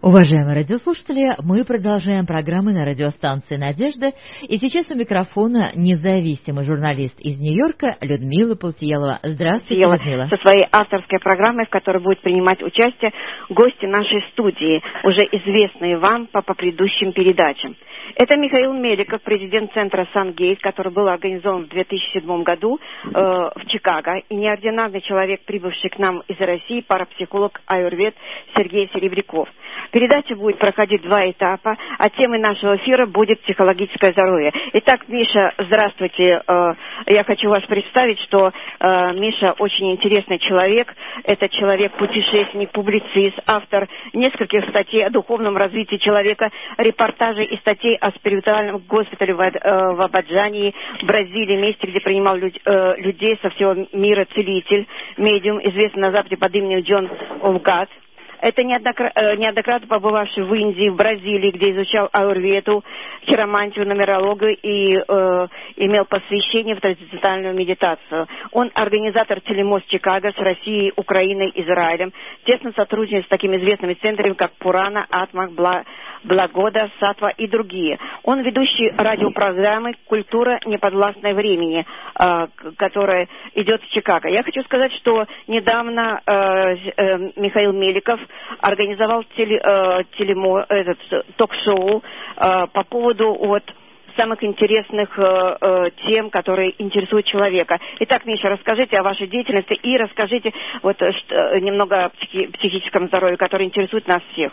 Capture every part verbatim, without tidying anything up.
Уважаемые радиослушатели, мы продолжаем программы на радиостанции «Надежда». И сейчас у микрофона независимый журналист из Нью-Йорка Людмила Паутиелова. Здравствуйте, Паутиелова, Людмила. Со своей авторской программой, в которой будет принимать участие гости нашей студии, уже известные вам по, по предыдущим передачам. Это Михаил Меликов, президент центра «Сангейт», который был организован в две тысячи седьмом году э, в Чикаго, и неординарный человек, прибывший к нам из России, парапсихолог аюрвед Сергей Серебряков. Передача будет проходить два этапа, а темой нашего эфира будет психологическое здоровье. Итак, Миша, здравствуйте. Я хочу вас представить, что Миша очень интересный человек. Это человек-путешественник, публицист, автор нескольких статей о духовном развитии человека, репортажей и статей о спиритуальном госпитале в Абаджане, Бразилии, месте, где принимал людей со всего мира целитель, медиум, известный на Западе под именем Джон Олгат. Это неоднократно, неоднократно побывавший в Индии, в Бразилии, где изучал аюрведу, хиромантию, нумерологию и э, имел посвящение в трансцендентальную медитацию. Он организатор телемост Чикаго с Россией, Украиной, Израилем. Тесно сотрудничает с такими известными центрами, как Пурана, Атмах, Бла, Благода, Сатва и другие. Он ведущий радиопрограммы «Культура неподвластной времени», э, которая идет в Чикаго. Я хочу сказать, что недавно э, э, Михаил Меликов организовал теле, э, телемо, этот, ток-шоу э, по поводу вот, самых интересных э, э, тем, которые интересуют человека. Итак, Миша, расскажите о вашей деятельности и расскажите вот, что, немного о психи- психическом здоровье, которое интересует нас всех.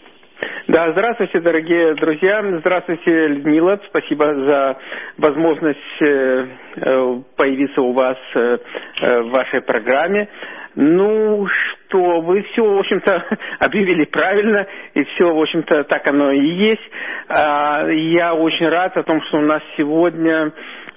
Да, здравствуйте, дорогие друзья. Здравствуйте, Людмила. Спасибо за возможность э, э, появиться у вас э, э, в вашей программе. Ну, что, вы все, в общем-то, объявили правильно, и все, в общем-то, так оно и есть. Я очень рад о том, что у нас сегодня,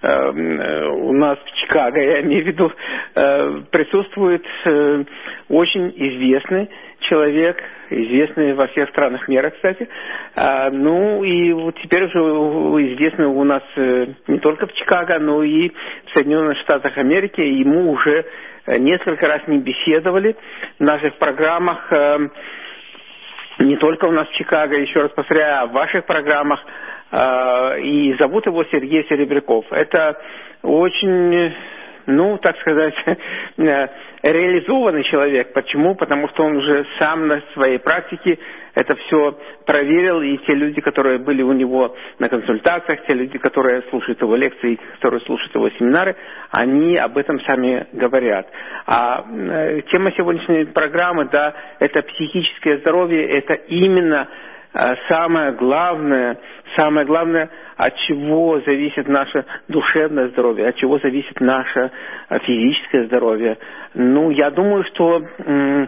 у нас в Чикаго, я имею в виду, присутствует очень известный человек, известный во всех странах мира, кстати. Ну, и вот теперь уже известный у нас не только в Чикаго, но и в Соединенных Штатах Америки. Ему уже несколько раз не беседовали в наших программах, э, не только у нас в Чикаго, еще раз повторяю, а в ваших программах. Э, и зовут его Сергей Серебряков. Это очень, ну, так сказать, реализованный человек. Почему? Потому что он уже сам на своей практике это все проверил, и те люди, которые были у него на консультациях, те люди, которые слушают его лекции, которые слушают его семинары, они об этом сами говорят. А э, тема сегодняшней программы, да, это психическое здоровье, это именно э, самое главное, самое главное, от чего зависит наше душевное здоровье, от чего зависит наше э, физическое здоровье. Ну, я думаю, что э,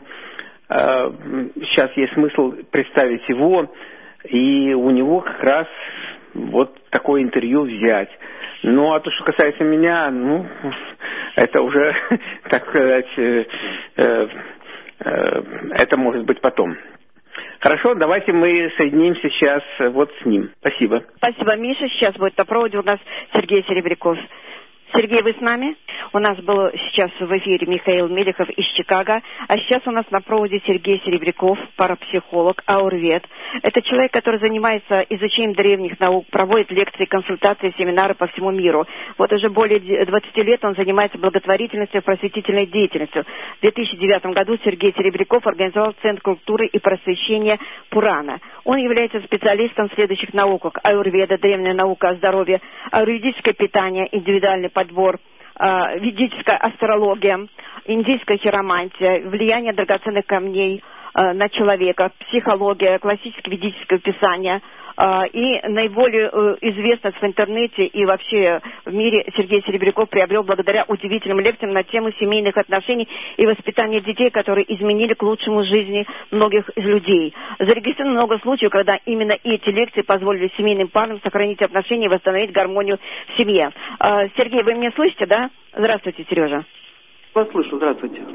сейчас есть смысл представить его, и у него как раз вот такое интервью взять. Ну, а то, что касается меня, ну, это уже, так сказать, э, э, э, это может быть потом. Хорошо, давайте мы соединимся сейчас вот с ним. Спасибо. Спасибо, Миша. Сейчас будет на проводе у нас Сергей Серебряков. Сергей, вы с нами? У нас был сейчас в эфире Михаил Меликов из Чикаго, а сейчас у нас на проводе Сергей Серебряков, парапсихолог, аюрвед. Это человек, который занимается изучением древних наук, проводит лекции, консультации, семинары по всему миру. Вот уже более двадцати лет он занимается благотворительностью и просветительной деятельностью. В две тысячи девятом году Сергей Серебряков организовал Центр культуры и просвещения Пурана. Он является специалистом в следующих науках: аюрведа, древняя наука о здоровье, аюрведическое питание, индивидуальный подбор, э, ведическая астрология, индийская хиромантия, влияние драгоценных камней э, на человека, психология, классическое ведическое писание. Э, и наиболее э, известность в интернете и вообще в мире Сергей Серебряков приобрел благодаря удивительным лекциям на тему семейных отношений и воспитания детей, которые изменили к лучшему жизни многих из людей. Зарегистрировано много случаев, когда именно эти лекции позволили семейным парам сохранить отношения и восстановить гармонию в семье. Э, Сергей, вы меня слышите, да? Здравствуйте, Сережа. Вас слышу, здравствуйте.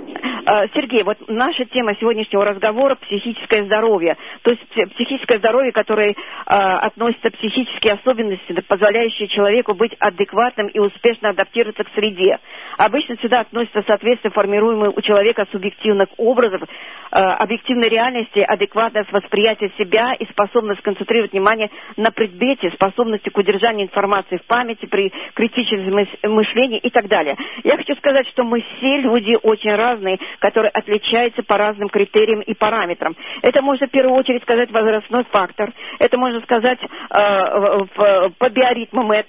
Сергей, вот наша тема сегодняшнего разговора – психическое здоровье. То есть психическое здоровье, которое относится к психическим особенностям, позволяющие человеку быть адекватным и успешно адаптироваться к среде. Обычно сюда относятся соответствие формируемых у человека субъективных образов, объективной реальности, адекватность восприятия себя и способность сконцентрировать внимание на предмете, способности к удержанию информации в памяти, при критическом мышлении и так далее. Я хочу сказать, что мы все люди очень разные, которые отличаются по разным критериям и параметрам. Это можно в первую очередь сказать возрастной фактор, это можно сказать по биоритмам мы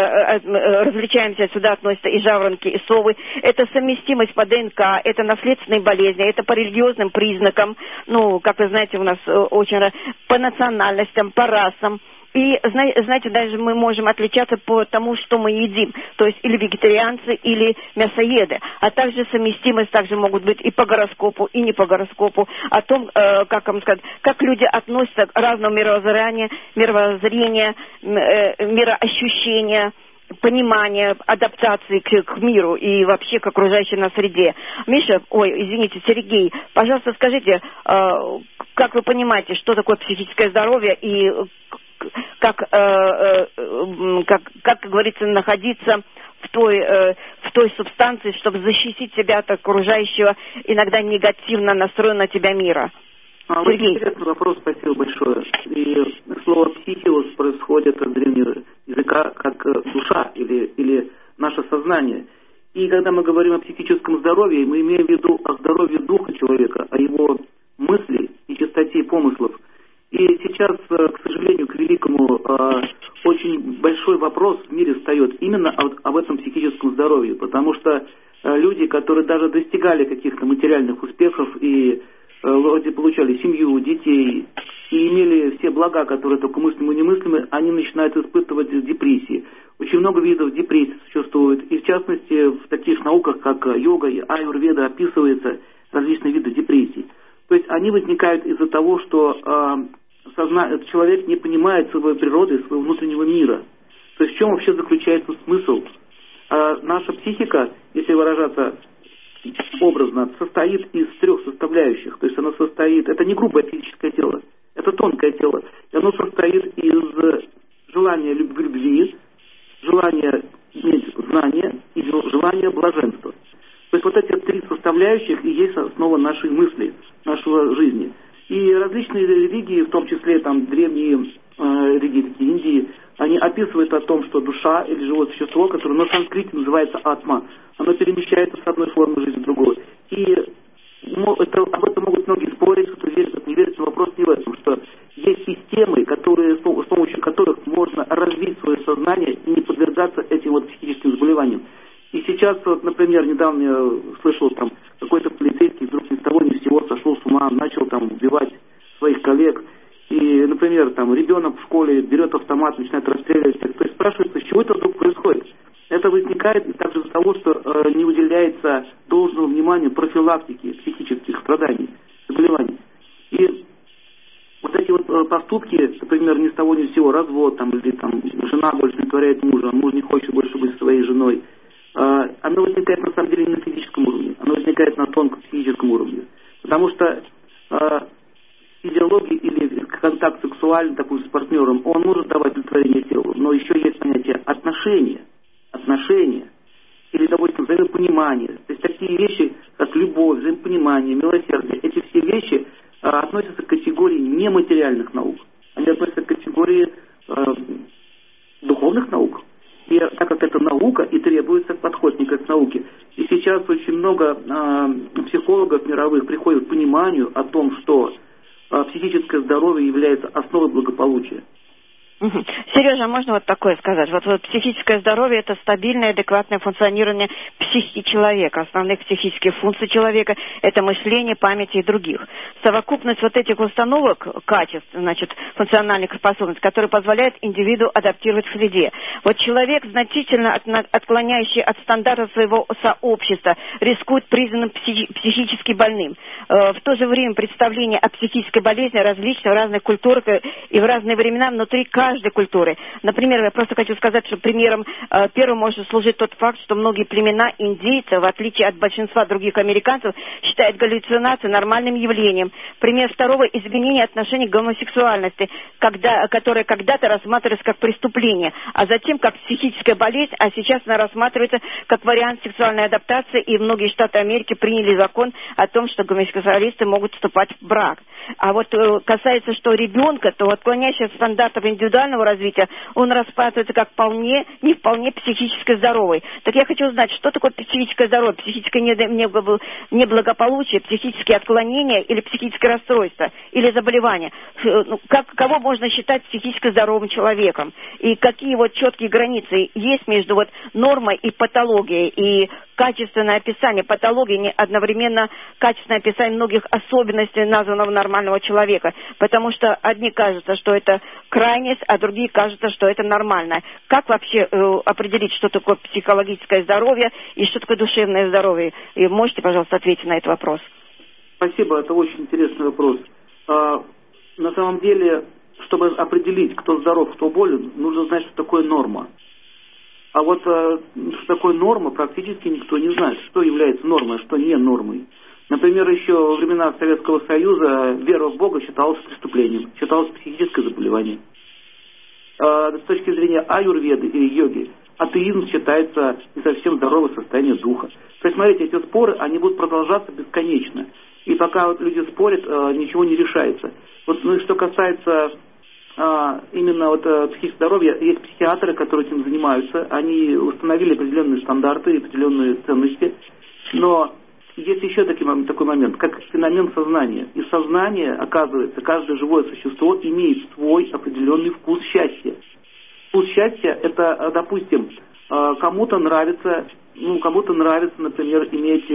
различаемся, сюда относятся и жаворонки, и совы, это совместимость по ДНК, это наследственные болезни, это по религиозным признакам, ну, как вы знаете, у нас очень по национальностям, по расам. И, знаете, даже мы можем отличаться по тому, что мы едим. То есть или вегетарианцы, или мясоеды. А также совместимость также могут быть и по гороскопу, и не по гороскопу. О том, э, как вам сказать, как люди относятся к разному мировоззрению, мировоззрения, э, мироощущения, понимания, адаптации к, к миру и вообще к окружающей нас среде. Миша, ой, извините, Сергей, пожалуйста, скажите, э, как вы понимаете, что такое психическое здоровье и как, э, э, как, как говорится, находиться в той, э, в той субстанции, чтобы защитить себя от окружающего, иногда негативно настроенного на тебя мира. А, очень интересный вопрос, спасибо большое. И слово «психиос» происходит от древнего языка как душа или, или наше сознание. И когда мы говорим о психическом здоровье, мы имеем в виду о здоровье духа человека, о его мысли и чистоте помыслов. И сейчас, к сожалению, к великому, очень большой вопрос в мире встает именно об этом психическом здоровье, потому что люди, которые даже достигали каких-то материальных успехов и вроде получали семью, детей и имели все блага, которые только мыслимы и немыслимы, они начинают испытывать депрессии. Очень много видов депрессий существует, и в частности в таких науках, как йога и аюрведа, описываются различные виды депрессий. То есть они возникают из-за того, что э, созна... человек не понимает своей природы, своего внутреннего мира. То есть в чем вообще заключается смысл? Э, наша психика, если выражаться образно, состоит из трех составляющих. То есть она состоит, это не грубое физическое тело, это тонкое тело. И оно состоит из желания любви, желания знания и желания блаженства. То есть вот эти три составляющих и есть основа нашей мысли, нашего жизни. И различные религии, в том числе там древние э, религии Индии, они описывают о том, что душа или живое существо, которое на санскрите называется атма, оно перемещается с одной формы жизни в другую. И это, об этом могут многие спорить, кто верит, кто не верит, но вопрос не в этом, что есть системы, которые, с помощью которых можно развить свое сознание и не подвергаться этим вот психическим заболеваниям. И сейчас, вот, например, недавно я слышал, там, какой-то полицейский вдруг ни с того ни с сего сошел с ума, начал там убивать своих коллег. И, например, там, ребенок в школе берет автомат, начинает расстреливать. То есть спрашивается, с чего это вдруг происходит? Это возникает также из-за того, что э, не уделяется должного внимания профилактике психических страданий, заболеваний. И вот эти вот э, поступки, например, ни с того ни с сего, развод, там, или там, жена больше не творяет мужа, муж не хочет больше быть своей женой, оно возникает на самом деле не на физическом уровне, оно возникает на тонком психическом уровне. Потому что э, физиология или контакт сексуальный такой с партнером, он может давать удовлетворение телу, но еще есть понятие отношения, отношения или, допустим, взаимопонимание. То есть такие вещи, как любовь, взаимопонимание, милосердие, эти все вещи э, относятся к категории нематериальных наук. Они относятся к категории э, духовных наук. И так как это наука, и требуется подход не как к науке. И сейчас очень много э, психологов мировых приходят к пониманию о том, что э, психическое здоровье является основой благополучия. Угу. Сережа, можно вот такое сказать? Вот, вот психическое здоровье – это стабильное, адекватное функционирование психики человека. Основных психических функций человека – это мышление, память и других. Совокупность вот этих установок, качеств, значит, функциональных способностей, которые позволяют индивиду адаптировать к среде. Вот человек, значительно отклоняющий от стандарта своего сообщества, рискует признанным психи- психически больным. Э, в то же время представления о психической болезни различны в разных культурах и в разные времена внутри каждого каждой культуры. Например, я просто хочу сказать, что примером э, первым может служить тот факт, что многие племена индейцев, в отличие от большинства других американцев, считают галлюцинации нормальным явлением. Пример второго — изменения отношений к гомосексуальности, когда, которое когда-то рассматривалось как преступление, а затем как психическая болезнь, а сейчас она рассматривается как вариант сексуальной адаптации, и многие штаты Америки приняли закон о том, что гомосексуалисты могут вступать в брак. А вот э, касается, что ребенка, то отклоняющий от стандартов индивидуального развития, он рассматривается как вполне, не вполне психически здоровый. Так я хочу узнать, что такое психическое здоровье, психическое неблагополучие, психические отклонения или психическое расстройство, или заболевание. Ну, как, кого можно считать психически здоровым человеком? И какие вот четкие границы есть между вот нормой и патологией, и качественное описание патологии не одновременно качественное описание многих особенностей названного нормального человека, потому что одни кажутся, что это крайность, а другие кажутся, что это нормально. Как вообще э, определить, что такое психологическое здоровье и что такое душевное здоровье? И можете, пожалуйста, ответить на этот вопрос? Спасибо, это очень интересный вопрос. А, на самом деле, чтобы определить, кто здоров, кто болен, нужно знать, что такое норма. А вот э, что такое норма, практически никто не знает, что является нормой, а что не нормой. Например, еще во времена Советского Союза вера в Бога считалась преступлением, считалась психическое заболевание. Э, с точки зрения аюрведы или йоги, атеизм считается не совсем здоровое состояние духа. То есть, смотрите, эти споры, они будут продолжаться бесконечно. И пока вот люди спорят, э, ничего не решается. Вот, ну и что касается а, именно вот, психического здоровья, есть психиатры, которые этим занимаются, они установили определенные стандарты, определенные ценности, но есть еще такой, такой момент, как феномен сознания. И сознание, оказывается, каждое живое существо имеет свой определенный вкус счастья. Вкус счастья — это, допустим, кому-то нравится, ну, кому-то нравится, например, иметь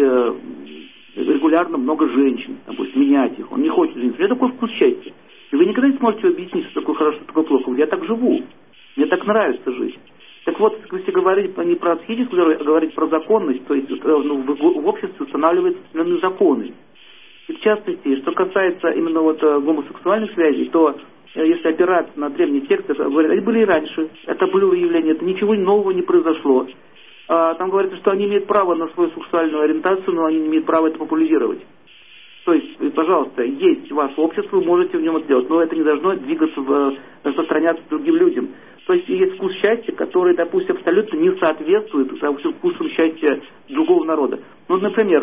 регулярно много женщин, допустим, менять их, он не хочет жениться. Это такой вкус счастья. И вы никогда не сможете объяснить, что такое хорошо, что такое плохо. Я так живу, мне так нравится жить. Так вот, если говорить не про психическую здоровье, а говорить про законность, то есть ну, в, в обществе устанавливаются определенные законы. И в частности, что касается именно вот гомосексуальных связей, то если опираться на древние тексты, говорят, они были и раньше, это было явление, это ничего нового не произошло. Там говорится, что они имеют право на свою сексуальную ориентацию, но они не имеют права это популяризировать. То есть, пожалуйста, есть ваше общество, вы можете в нем это делать, но это не должно двигаться, в, распространяться другим людям. То есть есть вкус счастья, который, допустим, абсолютно не соответствует допустим, вкусу счастья другого народа. Ну, например,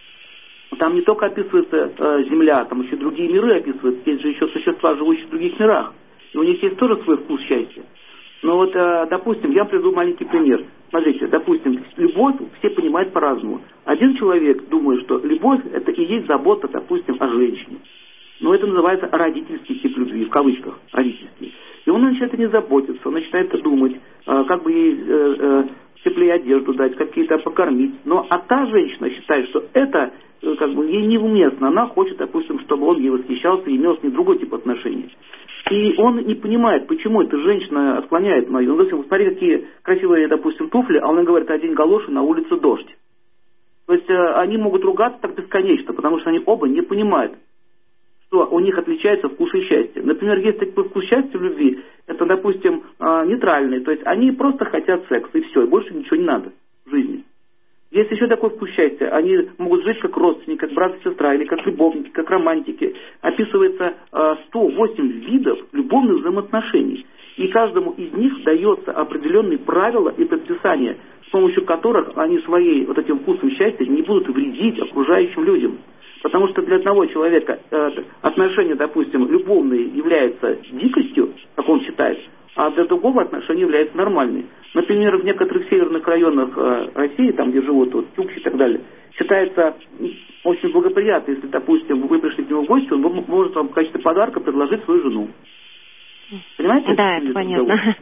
там не только описывается э, Земля, там еще другие миры описываются, есть же еще существа, живущие в других мирах, и у них есть тоже свой вкус счастья. Но вот, э, допустим, я приведу маленький пример. Смотрите, допустим, любовь все понимают по-разному. Один человек думает, что любовь – это и есть забота, допустим, о женщине. Но это называется родительский тип любви, в кавычках, родительский. И он начинает о ней заботиться, он начинает думать, э, как бы ей э, э, теплее одежду дать, какие-то покормить. Но а та женщина считает, что это э, как бы ей неуместно. Она хочет, допустим, чтобы он ей восхищался и имел с ней другой тип отношений. И он не понимает, почему эта женщина отклоняет мою. Он говорит, смотри, какие красивые, допустим, туфли, а он говорит, одень галоши, на улице дождь. То есть э, они могут ругаться так бесконечно, потому что они оба не понимают, что у них отличается вкус и счастье. Например, есть такой вкус счастья в любви, это, допустим, э, нейтральный, то есть они просто хотят секса, и все, и больше ничего не надо в жизни. Есть еще такой вкус счастья. Они могут жить как родственники, как брат и сестра, или как любовники, как романтики. Описывается сто восемь видов любовных взаимоотношений. И каждому из них дается определенные правила и предписания, с помощью которых они своей вот этим вкусом счастья не будут вредить окружающим людям. Потому что для одного человека э, отношения, допустим, любовные являются дикостью, как он считает, а для другого отношения являются нормальными. Например, в некоторых северных районах э, России, там, где живут вот, тюкси и так далее, считается очень благоприятно, если, допустим, вы пришли к нему в гости, он может вам в качестве подарка предложить свою жену. Понимаете? Да, это понятно.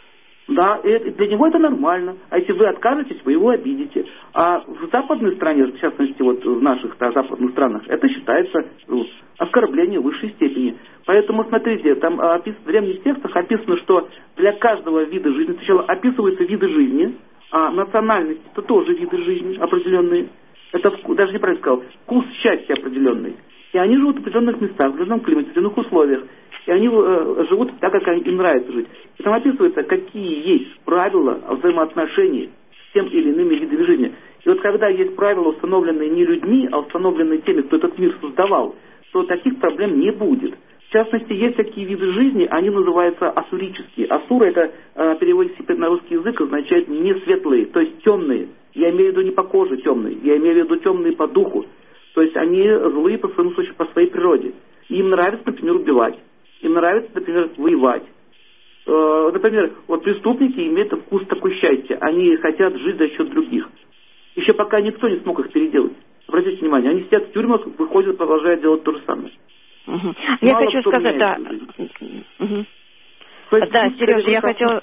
Да, и для него это нормально. А если вы откажетесь, вы его обидите. А в западной стране, в частности, вот в наших да, западных странах, это считается ну, оскорблением высшей степени. Поэтому, смотрите, там опис... в древних текстах описано, что для каждого вида жизни сначала описываются виды жизни, а национальность это тоже виды жизни определенные. Это, даже неправильно сказал, вкус счастья определенный. И они живут в определенных местах, в определенном климате, в определенных условиях. И они э, живут так, как им нравится жить. И там описывается, какие есть правила взаимоотношений с тем или иными видами жизни. И вот когда есть правила, установленные не людьми, а установленные теми, кто этот мир создавал, то таких проблем не будет. В частности, есть такие виды жизни, они называются асурические. Асура, это э, переводится на русский язык, означает не светлые, то есть темные. Я имею в виду не по коже темные, я имею в виду темные по духу. То есть они злые по своему случаю, по своей природе. И им нравится, например, убивать. Им нравится, например, воевать. Э, например, вот преступники имеют вкус такой счастья. Они хотят жить за счет других. Еще пока никто не смог их переделать. Обратите внимание, они сидят в тюрьмах, выходят, продолжают делать то же самое. Угу. Я Мало хочу сказать, да. Угу. Есть, да, Сережа, я хотела...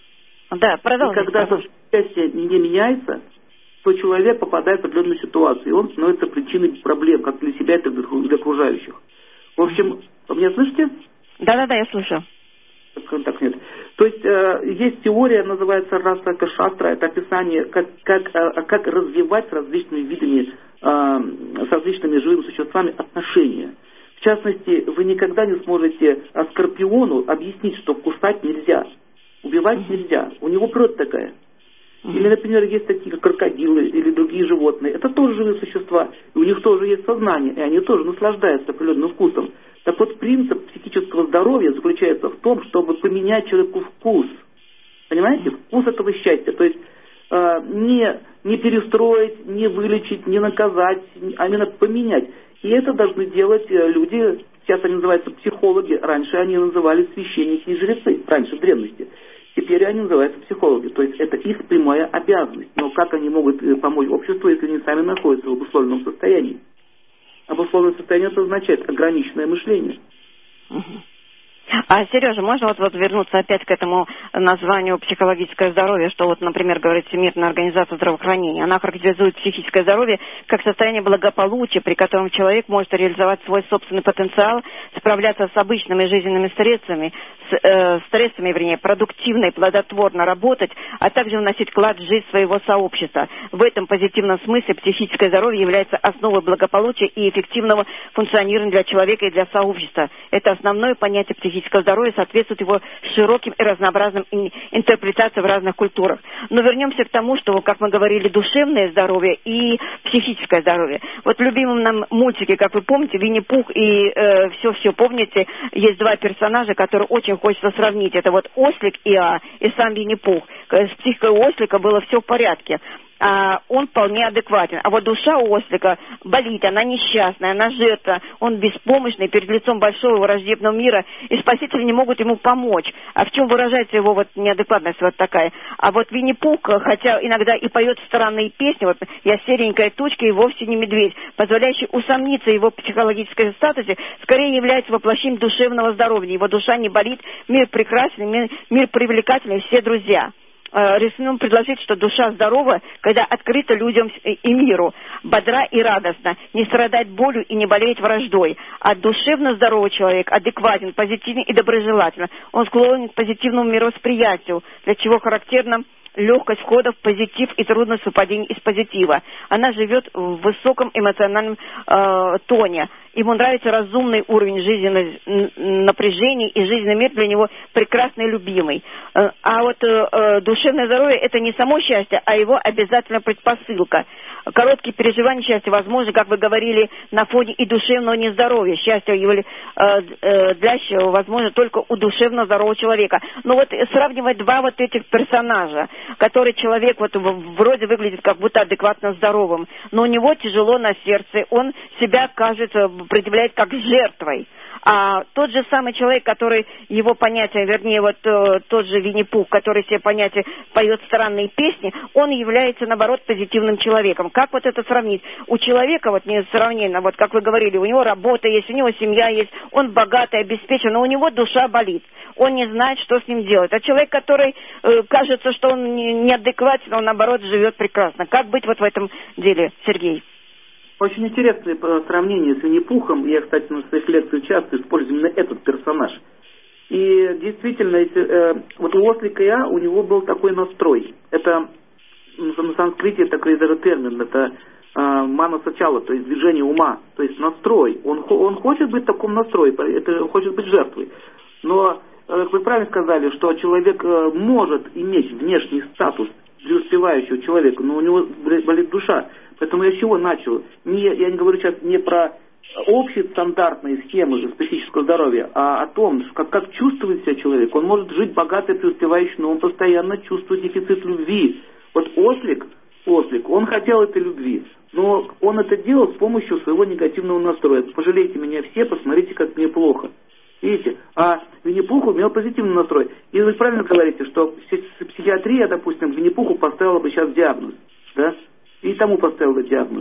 Да, продолжите. И когда это счастье не меняется, то человек попадает в определенную ситуацию, и он становится причиной проблем, как для себя, так и для окружающих. В общем, вы меня слышите? Да-да-да, я слышу. Так, нет. То есть э, есть теория, называется Расака Шастра, это описание, как, как, э, как развивать с различными видами, э, с различными живыми существами отношения. В частности, вы никогда не сможете скорпиону объяснить, что кусать нельзя, убивать mm-hmm. нельзя. У него природа такая. Mm-hmm. Или, например, есть такие, как крокодилы или другие животные. Это тоже живые существа. И у них тоже есть сознание, и они тоже наслаждаются определенным вкусом. Так вот, принцип психического здоровья заключается в том, чтобы поменять человеку вкус. Понимаете? Вкус этого счастья. То есть э, не, не перестроить, не вылечить, не наказать, а именно поменять. И это должны делать люди, сейчас они называются психологи, раньше они назывались священники и жрецы, раньше в древности. Теперь они называются психологи, то есть это их прямая обязанность. Но как они могут помочь обществу, если они сами находятся в обусловленном состоянии? Обусловленное состояние это означает ограниченное мышление. Угу. А, Сережа, можно вот, вот вернуться опять к этому названию психологическое здоровье, что вот, например, говорит Всемирная организация здравоохранения. Она характеризует психическое здоровье как состояние благополучия, при котором человек может реализовать свой собственный потенциал, справляться с обычными жизненными стрессами, с, э, стрессами, вернее, продуктивно и плодотворно работать, а также вносить вклад в жизнь своего сообщества. В этом позитивном смысле психическое здоровье является основой благополучия и эффективного функционирования для человека и для сообщества. Это основное понятие психического здоровья, соответствует его широким и разнообразным интерпретациям в разных культурах. Но вернемся к тому, что, как мы говорили, душевное здоровье и психическое здоровье. Вот в любимом нам мультике, как вы помните, Винни-Пух и э, все-все, помните, есть два персонажа, которые очень хочется сравнить. Это вот Ослик и А, и сам Винни-Пух. С психикой у Ослика было все в порядке. А он вполне адекватен. А вот душа у Ослика болит, она несчастная, она жертва, он беспомощный перед лицом большого враждебного мира, и спасители не могут ему помочь. А в чем выражается его вот неадекватность вот такая? А вот Винни-Пух, хотя иногда и поет странные песни, вот «Я серенькая тучка и вовсе не медведь», позволяющий усомниться в его психологическом статусе, скорее является воплощением душевного здоровья. Его душа не болит, мир прекрасный, мир, мир привлекательный, все друзья. Рискнем предложить, что душа здорова, когда открыта людям и миру, бодра и радостна, не страдает болью и не болеет враждой. А душевно здоровый человек адекватен, позитивен и доброжелателен. Он склонен к позитивному мировосприятию, для чего характерно легкость входа в позитив и трудность выпадения из позитива. Она живет в высоком эмоциональном э, тоне. Ему нравится разумный уровень жизненного напряжения, и жизненный мир для него прекрасный и любимый. Э, а вот э, душевное здоровье – это не само счастье, а его обязательная предпосылка. Короткие переживания счастья возможны, как вы говорили, на фоне и душевного нездоровья. Счастье его, э, э, длящего возможно только у душевно здорового человека. Но вот сравнивать два вот этих персонажа, который человек вот вроде выглядит как будто адекватно здоровым, но у него тяжело на сердце, он себя, кажется, предъявляет как жертвой. А тот же самый человек, который его понятие, вернее, вот э, тот же Винни-Пух, который себе понятие поет странные песни, он является, наоборот, позитивным человеком. Как вот это сравнить? У человека, вот несравненно, вот как вы говорили, у него работа есть, у него семья есть, он богатый, обеспечен, но у него душа болит. Он не знает, что с ним делать. А человек, который э, кажется, что он неадекватен, он, наоборот, живет прекрасно. Как быть вот в этом деле, Сергей? Очень интересное сравнение с Винни-Пухом. Я, кстати, на своих лекциях часто использую именно этот персонаж. И действительно, эти, э, вот у Ослика и А у него был такой настрой. Это на санскрите такой даже термин. Это мана сачала, то есть движение ума, то есть настрой. Он, он хочет быть в таком настрое, это, он хочет быть жертвой. Но, как вы правильно сказали, что человек может иметь внешний статус преуспевающего человека, но у него болит душа. Поэтому я с чего начал? Не, я не говорю сейчас не про общие стандартные схемы специфического здоровья, а о том, как, как чувствует себя человек. Он может жить богато и преуспевающе, но он постоянно чувствует дефицит любви. Вот ослик, ослик, он хотел этой любви, но он это делал с помощью своего негативного настроя. Пожалейте меня все, посмотрите, как мне плохо. Видите? А Винни-Пух имел позитивный настрой. И вы правильно говорите, что психиатрия, допустим, Винни-Пуху поставила бы сейчас диагноз. Да? И тому поставила диагноз.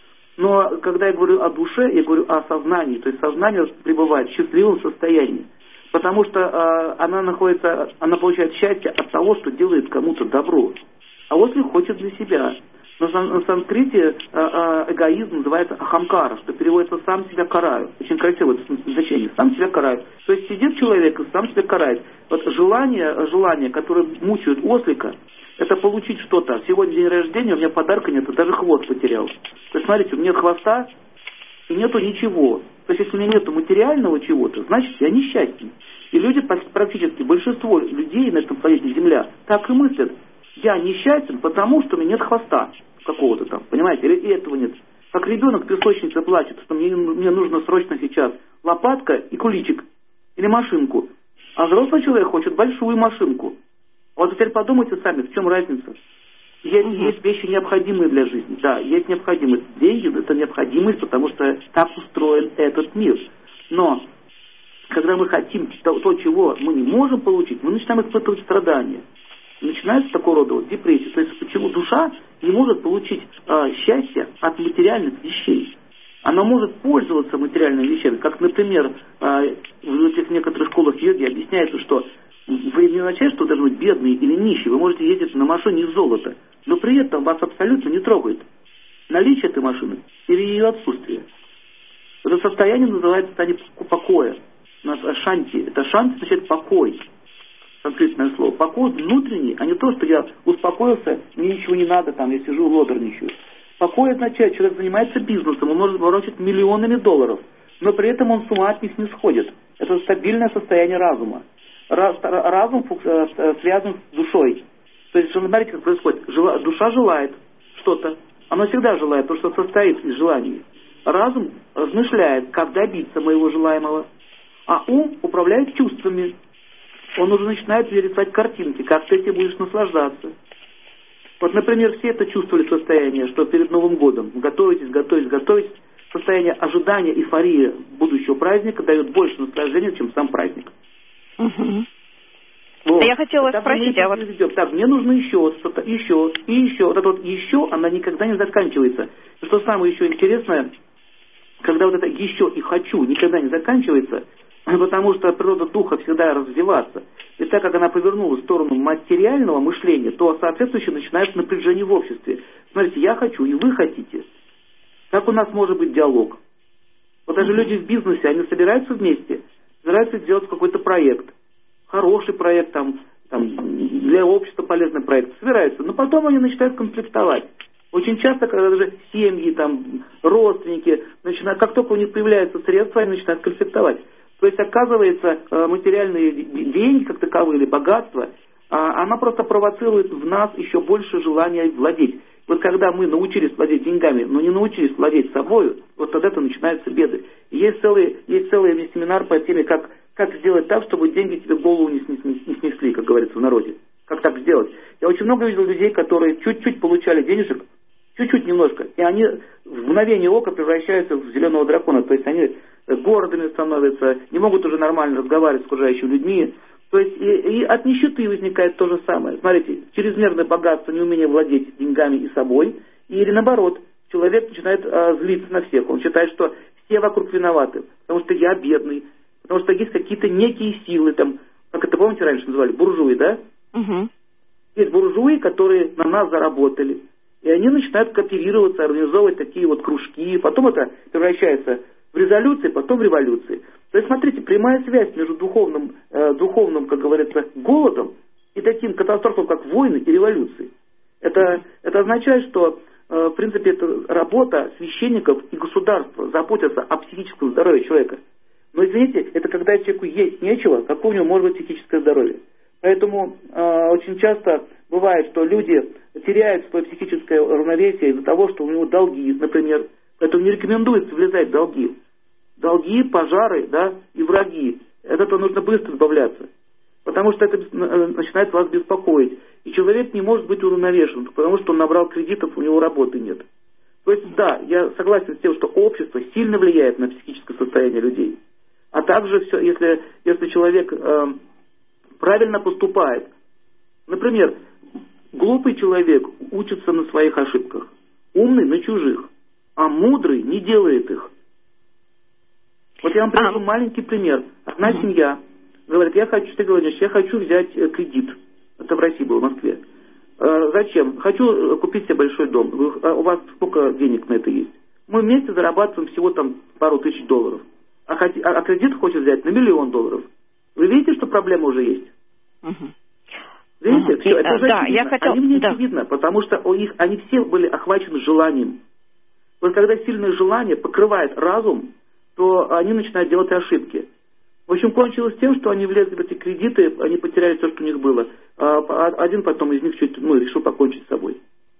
Но когда я говорю о душе, я говорю о сознании. То есть сознание пребывает в счастливом состоянии. Потому что э, она находится, она получает счастье от того, что делает кому-то добро. А ослик хочет для себя. На, на санскрите э, э, эгоизм называется ахамкара, что переводится «сам себя караю». Очень красивое значение. «Сам себя караю». То есть сидит человек и сам себя карает. Вот желание, желание, которое мучает ослика, это получить что-то. Сегодня день рождения, у меня подарка нет, даже хвост потерял. То есть, смотрите, у меня нет хвоста и нету ничего. То есть, если у меня нету материального чего-то, значит, я несчастен. И люди, практически большинство людей на этом планете Земля, так и мыслят. Я несчастен, потому что у меня нет хвоста какого-то там, понимаете, или этого нет. Как ребенок в песочнице плачет, что мне, мне нужно срочно сейчас лопатка и куличик, или машинку. А взрослый человек хочет большую машинку. Вот теперь подумайте сами, в чем разница. Есть, угу. есть вещи необходимые для жизни. Да, есть необходимость. Деньги – это необходимость, потому что так устроен этот мир. Но когда мы хотим то, то, чего мы не можем получить, мы начинаем испытывать страдания. Начинается такого рода вот депрессия. То есть почему душа не может получить э, счастье от материальных вещей. Она может пользоваться материальными вещами. Как, например, э, в этих некоторых школах йоги объясняется, что вы не означает, что вы должны быть бедные или нищие. Вы можете ездить на машине из золота, но при этом вас абсолютно не трогает наличие этой машины или ее отсутствие. Это состояние называется состояние покоя. У нас шанти. Это шанти означает покой. Конкретное слово. Покой внутренний, а не то, что я успокоился, мне ничего не надо, там, я сижу, лодорничаю. Покой означает, человек занимается бизнесом, он может ворочать миллионами долларов, но при этом он с ума от них не сходит. Это стабильное состояние разума. Разум связан с душой. То есть, смотрите, как происходит. Душа желает что-то. Она всегда желает то, что состоит из желаний. Разум размышляет, как добиться моего желаемого. А ум управляет чувствами. Он уже начинает рисовать картинки, как ты этим будешь наслаждаться. Вот, например, все это чувствовали состояние, что перед Новым годом готовитесь, готовитесь, готовитесь. Состояние ожидания, эйфории будущего праздника дает больше наслаждения, чем сам праздник. Угу. Вот. Я хотела так спросить, а вот... Ведем. Так, мне нужно еще что-то, еще, и еще. Вот это вот еще, она никогда не заканчивается. И что самое еще интересное, когда вот это еще и хочу никогда не заканчивается, потому что природа духа всегда развиваться. И так как она повернулась в сторону материального мышления, то соответствующе начинается напряжение в обществе. Смотрите, я хочу, и вы хотите. Как у нас может быть диалог? Вот даже люди в бизнесе, они собираются вместе, собираются сделать какой-то проект. Хороший проект, там, там, для общества полезный проект. Собираются, но потом они начинают конфликтовать. Очень часто, когда даже семьи, там, родственники, начинают, как только у них появляются средства, они начинают конфликтовать. То есть, оказывается, материальные деньги, как таковые, или богатство, она просто провоцирует в нас еще больше желания владеть. Вот когда мы научились владеть деньгами, но не научились владеть собой, вот тогда-то начинаются беды. И есть целый, есть целый семинар по теме, как, как сделать так, чтобы деньги тебе в голову не, не, не снесли, как говорится в народе. Как так сделать? Я очень много видел людей, которые чуть-чуть получали денежек, чуть-чуть немножко, и они в мгновение ока превращаются в зеленого дракона. То есть они гордыми становятся, не могут уже нормально разговаривать с окружающими людьми. То есть и, и от нищеты возникает то же самое. Смотрите, чрезмерное богатство, неумение владеть деньгами и собой, или наоборот, человек начинает а, злиться на всех. Он считает, что все вокруг виноваты, потому что я бедный, потому что есть какие-то некие силы, там, как это, помните, раньше называли, буржуи, да? Угу. Есть буржуи, которые на нас заработали, и они начинают кооперироваться, организовывать такие вот кружки, потом это превращается в резолюции, потом в революции. То есть, смотрите, прямая связь между духовным, э, духовным, как говорится, голодом и таким катастрофом, как войны и революции. Это, это означает, что в принципе, это работа священников и государства заботиться о психическом здоровье человека. Но, извините, это когда человеку есть нечего, какое у него может быть психическое здоровье. Поэтому э, очень часто бывает, что люди теряют свое психическое равновесие из-за того, что у него долги, например. Поэтому не рекомендуется влезать в долги. Долги, пожары, да, и враги. От этого нужно быстро избавляться. Потому что это начинает вас беспокоить. И человек не может быть уравновешен, потому что он набрал кредитов, у него работы нет. То есть, да, я согласен с тем, что общество сильно влияет на психическое состояние людей. А также, все, если, если человек э, правильно поступает. Например, глупый человек учится на своих ошибках, умный на чужих, а мудрый не делает их. Вот я вам приведу а. маленький пример. Одна mm-hmm. семья говорит, я хочу, ты говоришь, я хочу взять кредит. Это в России было, в Москве. Э, зачем? Хочу купить себе большой дом. Вы, а у вас сколько денег на это есть? Мы вместе зарабатываем всего там пару тысяч долларов. А, а, а кредит хочет взять на миллион долларов. Вы видите, что проблема уже есть? Uh-huh. Видите? Uh-huh. Все, это уже да, я хотел... Они мне да. это видно, потому что у них, они все были охвачены желанием. Вот когда сильное желание покрывает разум, то они начинают делать ошибки. В общем, кончилось тем, что они влезли в эти кредиты, они потеряли все, что у них было. А один потом из них чуть, ну, решил покончить с собой.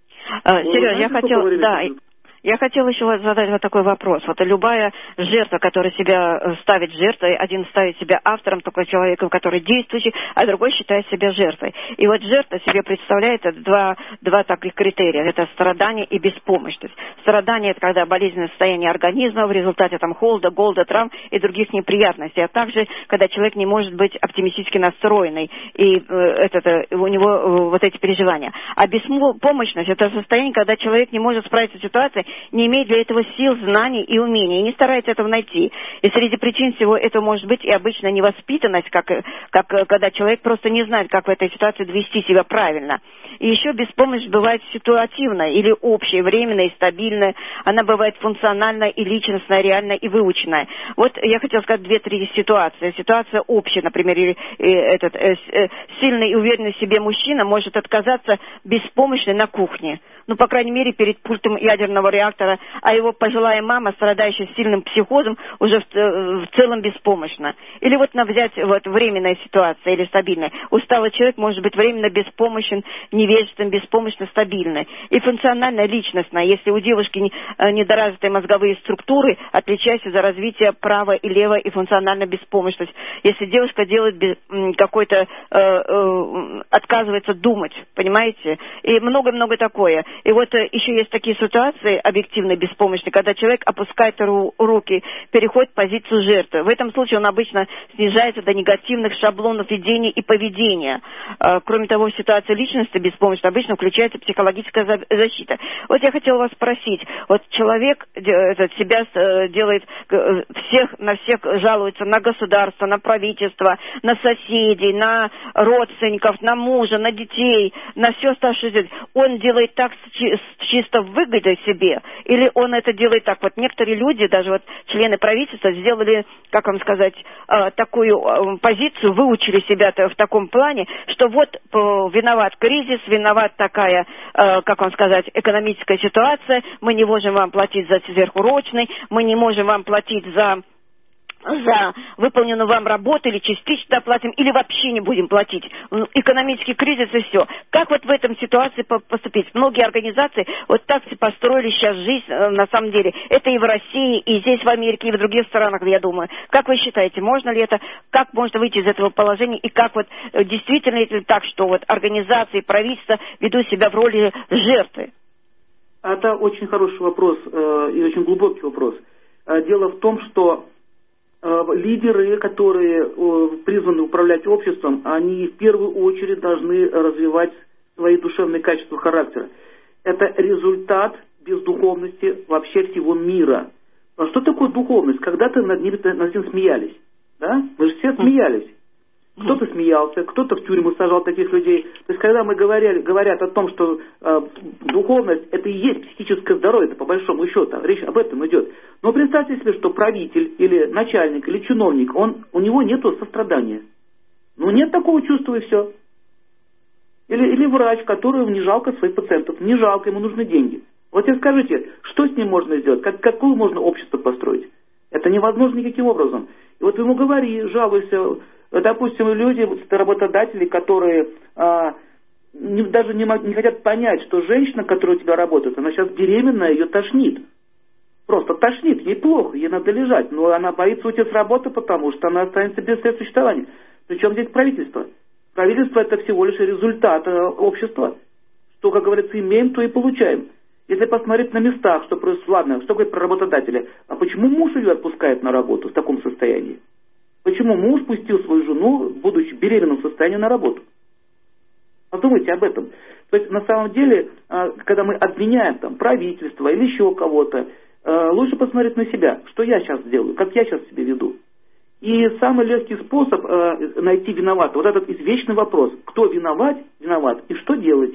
А, Сереж, я хотел... Да, Я хотела еще задать вот такой вопрос. Вот любая жертва, которая себя ставит жертвой, один ставит себя автором, такой человеком, который действующий, а другой считает себя жертвой. И вот жертва себе представляет два, два таких критерия. Это страдание и беспомощность. Страдание – это когда болезненное состояние организма в результате там, холода, голода, травм и других неприятностей. А также, когда человек не может быть оптимистически настроенный, и э, это, у него э, вот эти переживания. А беспомощность – это состояние, когда человек не может справиться с ситуацией, не имеет для этого сил, знаний и умений, и не старается этого найти. И среди причин всего этого может быть и обычная невоспитанность, как, как когда человек просто не знает, как в этой ситуации вести себя правильно. И еще беспомощность бывает ситуативная или общая, временная и стабильная. Она бывает функциональная и личностная, реальная и выученная. Вот я хотела сказать две-три ситуации. Ситуация общая, например, и, и этот, э, э, сильный и уверенный в себе мужчина может отказаться беспомощный на кухне. Ну, по крайней мере, перед пультом ядерного реактора, а его пожилая мама, страдающая сильным психозом, уже в, в целом беспомощна. Или вот на взять вот, временная ситуация или стабильная. Усталый человек может быть временно беспомощен, невежествен, беспомощно стабильный. И функционально личностно, если у девушки недоразвитые мозговые структуры, отличаются за развитие права и лево и функционально беспомощность. Если девушка делает без, какой-то, э, э, отказывается думать, понимаете? И много-много такое. И вот э, еще есть такие ситуации объективно беспомощные, когда человек опускает ру- руки, переходит в позицию жертвы. В этом случае он обычно снижается до негативных шаблонов видения и поведения. Э, кроме того, в ситуации личности беспомощности обычно включается психологическая за- защита. Вот я хотела вас спросить, вот человек де- этот, себя э, делает, э, всех, на всех жалуется, на государство, на правительство, на соседей, на родственников, на мужа, на детей, на все оставшееся. Он делает так с чисто выгодой себе, или он это делает так? Вот некоторые люди, даже вот члены правительства, сделали, как вам сказать, такую позицию, выучили себя в таком плане, что вот виноват кризис, виноват такая, как вам сказать, экономическая ситуация, мы не можем вам платить за сверхурочный, мы не можем вам платить за... за выполненную вам работу, или частично оплатим, или вообще не будем платить. Экономический кризис и все. Как вот в этом ситуации поступить? Многие организации вот так построили сейчас жизнь, на самом деле. Это и в России, и здесь в Америке, и в других странах, я думаю. Как вы считаете, можно ли это, как можно выйти из этого положения, и как вот действительно это так, что вот организации, правительства ведут себя в роли жертвы? Это очень хороший вопрос и очень глубокий вопрос. Дело в том, что лидеры, которые призваны управлять обществом, они в первую очередь должны развивать свои душевные качества характера. Это результат бездуховности вообще всего мира. А что такое духовность? Когда-то над ним, над ним смеялись. Да? Мы же все смеялись. Кто-то смеялся, кто-то в тюрьму сажал таких людей. То есть, когда мы говорили, говорят о том, что э, духовность – это и есть психическое здоровье, это по большому счету, речь об этом идет. Но представьте себе, что правитель или начальник или чиновник, он, у него нет сострадания. Ну, нет такого чувства и все. Или, или врач, которому не жалко своих пациентов, не жалко, ему нужны деньги. Вот и скажите, что с ним можно сделать, как, какое можно общество построить? Это невозможно никаким образом. И вот ему говори, жалуйся. Допустим, люди, работодатели, которые а, не, даже не, не хотят понять, что женщина, которая у тебя работает, она сейчас беременная, ее тошнит. Просто тошнит, ей плохо, ей надо лежать. Но она боится уйти с работы, потому что она останется без средств существования. Причем здесь правительство? Правительство — это всего лишь результат общества. Что, как говорится, имеем, то и получаем. Если посмотреть на местах, что происходит, ладно, что говорит про работодателя, а почему муж ее отпускает на работу в таком состоянии? Почему муж пустил свою жену, будучи в беременном состоянии, на работу? Подумайте об этом. То есть, на самом деле, когда мы обвиняем там правительство или еще кого-то, лучше посмотреть на себя, что я сейчас делаю, как я сейчас себя веду. И самый легкий способ найти виноватого, вот этот извечный вопрос, кто виноват, виноват и что делать.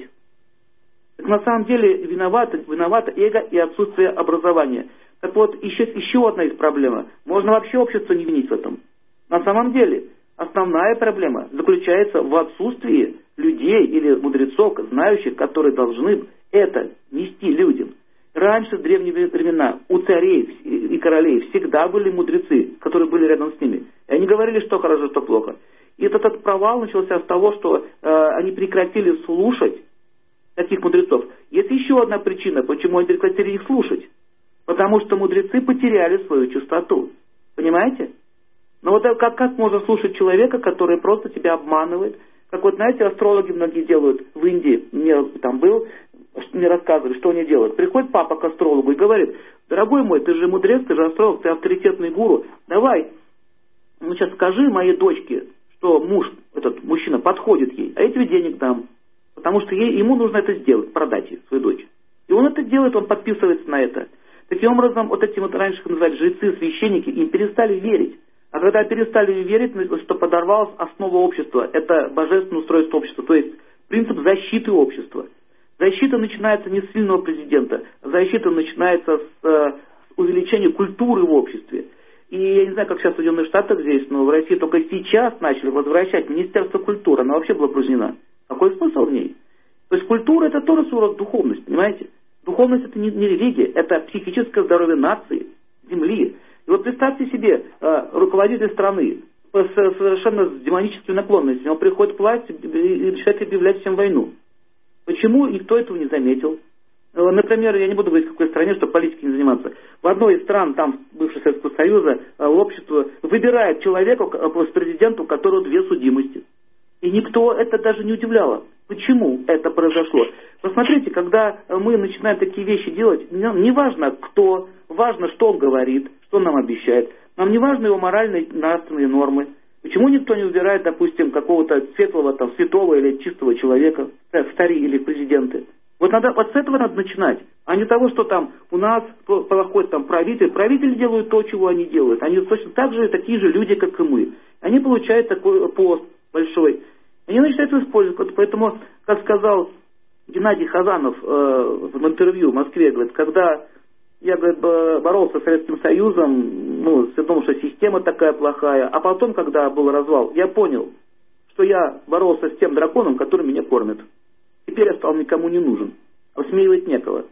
Так на самом деле виновато, виновато эго и отсутствие образования. Так вот, еще, еще одна из проблем. Можно вообще общество не винить в этом. На самом деле, основная проблема заключается в отсутствии людей или мудрецов, знающих, которые должны это нести людям. Раньше, в древние времена, у царей и королей всегда были мудрецы, которые были рядом с ними. И они говорили, что хорошо, что плохо. И этот, этот провал начался с того, что э, они прекратили слушать таких мудрецов. Есть еще одна причина, почему они прекратили их слушать. Потому что мудрецы потеряли свою чистоту. Понимаете? Но вот как, как можно слушать человека, который просто тебя обманывает? Как вот, знаете, астрологи многие делают в Индии. Мне там был, мне рассказывали, что они делают. Приходит папа к астрологу и говорит: дорогой мой, ты же мудрец, ты же астролог, ты авторитетный гуру. Давай, ну сейчас скажи моей дочке, что муж, этот мужчина, подходит ей, а я тебе денег дам. Потому что ей, ему нужно это сделать, продать ей свою дочь. И он это делает, он подписывается на это. Таким образом, вот эти вот раньше их называли жрецы, священники, им перестали верить. А когда перестали верить, что подорвалась основа общества, это божественное устройство общества, то есть принцип защиты общества. Защита начинается не с сильного президента, защита начинается с, с увеличения культуры в обществе. И я не знаю, как сейчас в Соединенных Штатах здесь, но в России только сейчас начали возвращать Министерство культуры, она вообще была упразднена. Какой смысл в ней? То есть культура — это тоже своего рода духовность, понимаете? Духовность — это не, не религия, это психическое здоровье нации, земли. И вот представьте себе, э, руководитель страны с, совершенно с демоническими наклонностями, он приходит к власти и решает объявлять всем войну. Почему никто этого не заметил? Например, я не буду говорить, в какой стране, чтобы политикой не заниматься. В одной из стран, там, бывшего Советского Союза, общество выбирает человека с президентом, у которого две судимости. И никто это даже не удивляло. Почему это произошло? Посмотрите, когда мы начинаем такие вещи делать, не важно кто, важно, что он говорит, что он нам обещает. Нам не важны его моральные, нравственные нормы. Почему никто не выбирает, допустим, какого-то светлого, там, святого или чистого человека, в цари или президенты? Вот, надо, вот с этого надо начинать, а не того, что там у нас проходит там правитель. Правители делают то, чего они делают. Они точно так же, такие же люди, как и мы. Они получают такой пост большой. Они начинают его использовать. Поэтому, как сказал Геннадий Хазанов э, в интервью в Москве, говорит, когда я, говорит, боролся с Советским Союзом, ну, с том, что система такая плохая, а потом, когда был развал, я понял, что я боролся с тем драконом, который меня кормит. Теперь я стал никому не нужен. Осмеивать некого.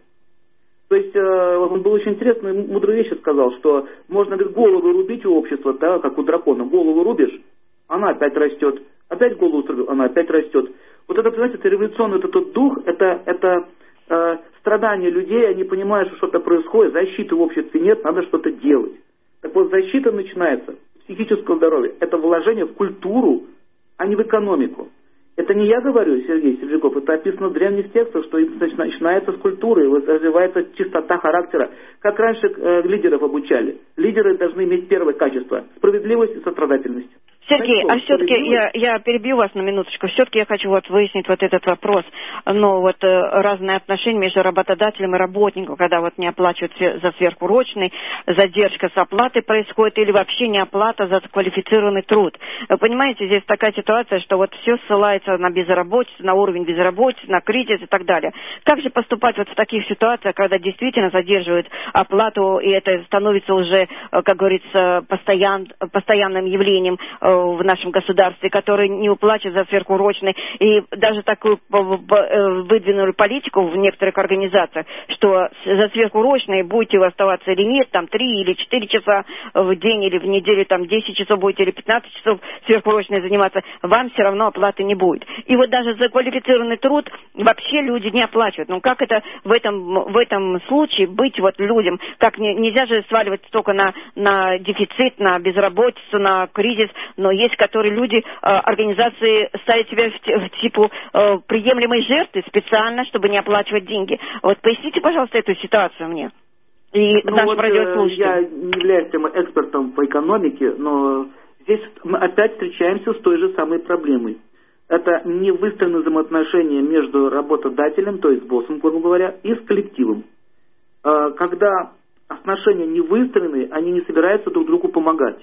То есть э, он был очень интересный, мудрые вещи сказал, что можно, говорит, голову рубить у общества, да, как у дракона. Голову рубишь, она опять растет. Опять голову срубил, она опять растет. Вот это, понимаете, это революционный вот этот дух, это, это э, страдания людей, они понимают, что что-то происходит, защиты в обществе нет, надо что-то делать. Так вот, защита начинается с психического здоровья. Это вложение в культуру, а не в экономику. Это не я говорю, Сергей Серебряков, это описано в древних текстах, что начинается с культуры, развивается чистота характера. Как раньше э, лидеров обучали. Лидеры должны иметь первое качество – справедливость и сострадательность. Сергей, а все-таки я, я перебью вас на минуточку. Все-таки я хочу вот выяснить вот этот вопрос. Ну, вот э, разные отношения между работодателем и работником, когда вот не оплачивают за сверхурочный, задержка с оплатой происходит или вообще не оплата за квалифицированный труд. Вы понимаете, здесь такая ситуация, что вот все ссылается на безработицу, на уровень безработицы, на кризис и так далее. Как же поступать вот в таких ситуациях, когда действительно задерживают оплату, и это становится уже, как говорится, постоян, постоянным явлением в нашем государстве, которые не уплачивают за сверхурочные. И даже такую выдвинули политику в некоторых организациях, что за сверхурочные будете вы оставаться или нет, там три или четыре часа в день или в неделю, там десять часов будете или пятнадцать часов сверхурочные заниматься, вам все равно оплаты не будет. И вот даже за квалифицированный труд вообще люди не оплачивают. Ну как это в этом, в этом случае быть вот людям? Как не, нельзя же сваливать только на, на дефицит, на безработицу, на кризис, но есть, которые люди, э, организации ставят себя в, в типу э, приемлемой жертвы специально, чтобы не оплачивать деньги. Вот поясните, пожалуйста, эту ситуацию мне. И ну нашим вот, радиослушателям. Я не являюсь экспертом по экономике, но здесь мы опять встречаемся с той же самой проблемой. Это не выстроены взаимоотношения между работодателем, то есть боссом, грубо говоря, и с коллективом. Когда отношения не выстроены, они не собираются друг другу помогать.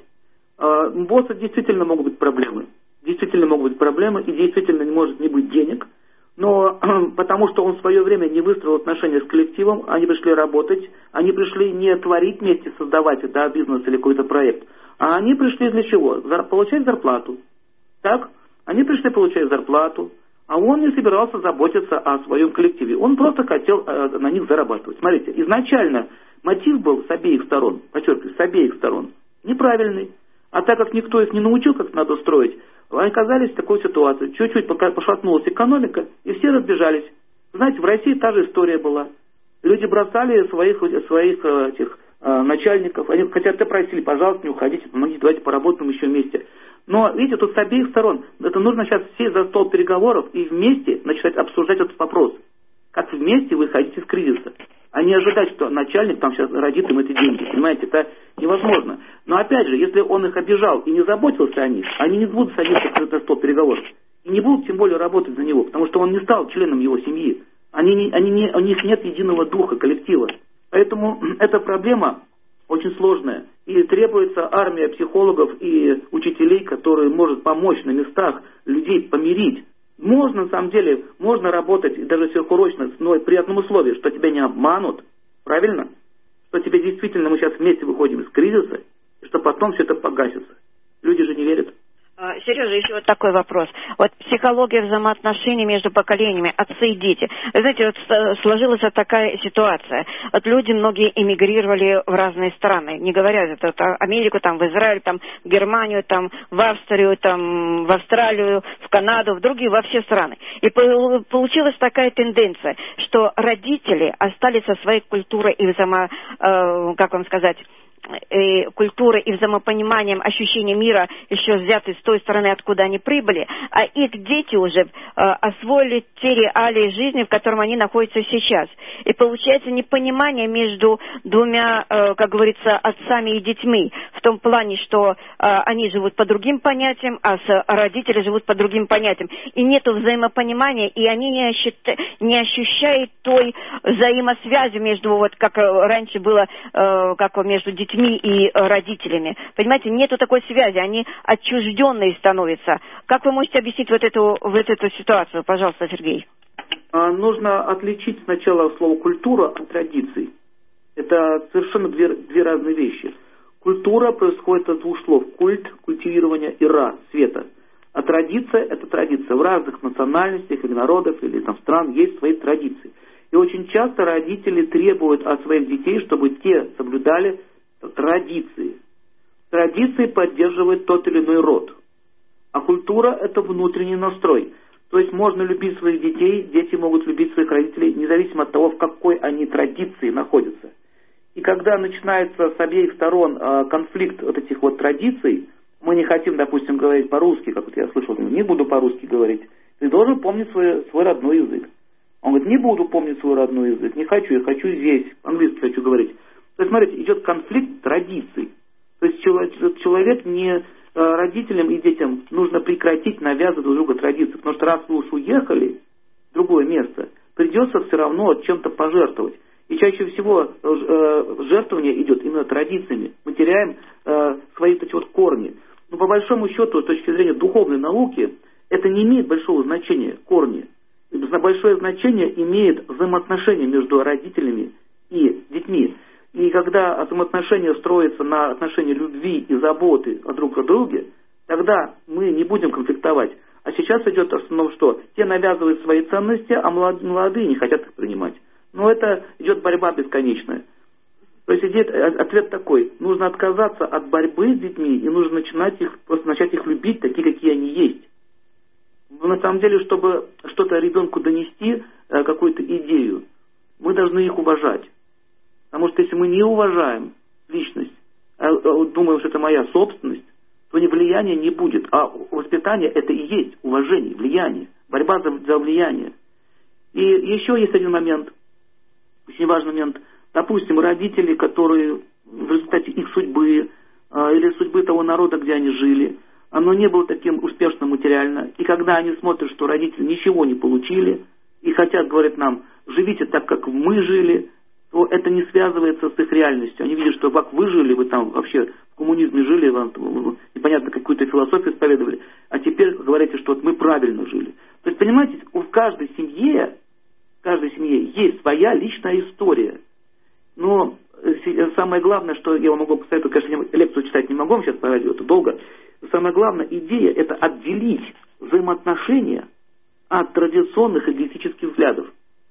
У босса действительно могут быть проблемы. Действительно могут быть проблемы, и действительно не может не быть денег. Но потому что он в свое время не выстроил отношения с коллективом, они пришли работать, они пришли не творить вместе, создавать да, бизнес или какой-то проект, а они пришли для чего? Зар- получать зарплату. Так? Они пришли получать зарплату, а он не собирался заботиться о своем коллективе. Он просто хотел э, на них зарабатывать. Смотрите, изначально мотив был с обеих сторон, подчеркиваю, с обеих сторон, неправильный. А так как никто их не научил, как надо строить, они оказались в такой ситуации. Чуть-чуть пока пошатнулась экономика, и все разбежались. Знаете, в России та же история была. Люди бросали своих, своих этих, э, начальников. Они хотя бы просили, пожалуйста, не уходите, помогите, давайте поработаем еще вместе. Но, видите, тут с обеих сторон. Это нужно сейчас сесть за стол переговоров и вместе начать обсуждать этот вопрос. Как вместе выходить из кризиса. А не ожидать, что начальник там сейчас родит им эти деньги. Понимаете, это невозможно. Но опять же, если он их обижал и не заботился о них, они не будут садиться за стол переговоров. И не будут тем более работать за него, потому что он не стал членом его семьи. Они не, они не, у них нет единого духа коллектива. Поэтому эта проблема очень сложная. И требуется армия психологов и учителей, которые может помочь на местах людей помирить. Можно, на самом деле, можно работать и даже сверхурочно, но при одном условии, что тебя не обманут, правильно? Что тебе действительно мы сейчас вместе выходим из кризиса, и что потом все это погасится. Люди же не верят. Сережа, еще вот такой вопрос. Вот психология взаимоотношений между поколениями, отцы и дети. Вы знаете, вот сложилась вот такая ситуация. Вот люди многие эмигрировали в разные страны, не говоря это, в Америку, там, в Израиль, там, в Германию, там, в Австрию, там, в Австралию, в Канаду, в другие, во все страны. И получилась такая тенденция, что родители остались со своей культурой и взаимо, э, как вам сказать, И культуры и взаимопониманием ощущения мира еще взяты с той стороны, откуда они прибыли, а их дети уже э, освоили те реалии жизни, в котором они находятся сейчас. И получается непонимание между двумя, э, как говорится, отцами и детьми, в том плане, что э, они живут по другим понятиям, а с, родители живут по другим понятиям. И нету взаимопонимания, и они не, ощущ... не ощущают той взаимосвязи между, вот как раньше было, э, как между детьми и родителями. Понимаете, нету такой связи, они отчужденные становятся. Как вы можете объяснить вот эту, вот эту ситуацию, пожалуйста, Сергей? А, нужно отличить сначала слово «культура» от традиций. Это совершенно две, две разные вещи. Культура происходит от двух слов: культ, культивирование и ра, света. А традиция – это традиция. В разных национальностях или народах, или там стран есть свои традиции. И очень часто родители требуют от своих детей, чтобы те соблюдали традиции. Традиции поддерживает тот или иной род. А культура – это внутренний настрой. То есть можно любить своих детей, дети могут любить своих родителей, независимо от того, в какой они традиции находятся. И когда начинается с обеих сторон э, конфликт вот этих вот традиций, мы не хотим, допустим, говорить по-русски, как вот я слышал, не буду по-русски говорить, ты должен помнить свой, свой родной язык. Он говорит, не буду помнить свой родной язык, не хочу, я хочу здесь, по-английски хочу говорить. То есть, смотрите, идет конфликт традиций. То есть человек не родителям и детям нужно прекратить навязывать друг другу традиции. Потому что раз вы уж уехали в другое место, придется все равно чем-то пожертвовать. И чаще всего жертвование идет именно традициями. Мы теряем свои эти вот корни. Но по большому счету, с точки зрения духовной науки, это не имеет большого значения, корни. Большое значение имеет взаимоотношения между родителями и детьми. И когда взаимоотношения строятся на отношении любви и заботы о друг о друге, Тогда мы не будем конфликтовать. А сейчас идет в основном что? Те навязывают свои ценности, а молодые не хотят их принимать. Но это идет борьба бесконечная. То есть идет, ответ такой: нужно отказаться от борьбы с детьми и нужно начинать их, просто начать их любить такие, какие они есть. Но на самом деле, чтобы что-то ребенку донести, какую-то идею, мы должны их уважать. Потому что если мы не уважаем личность, а думаем, что это моя собственность, то ни влияния не будет. А воспитание — это и есть уважение, влияние, борьба за, за влияние. И еще есть один момент, очень важный момент. Допустим, родители, которые в результате их судьбы э, или судьбы того народа, где они жили, оно не было таким успешным материально. И когда они смотрят, что родители ничего не получили и хотят, говорят нам, живите так, как мы жили, то это не связывается с их реальностью. Они видят, что как вы жили, вы там вообще в коммунизме жили, вам там, непонятно какую-то философию исповедовали, а теперь говорите, что вот мы правильно жили. То есть, понимаете, в каждой семье, в каждой семье есть своя личная история. Но самое главное, что я вам могу посоветовать, конечно, лекцию читать не могу, сейчас по радио, это долго. Самая главная идея — это отделить взаимоотношения от традиционных идеалистических взглядов.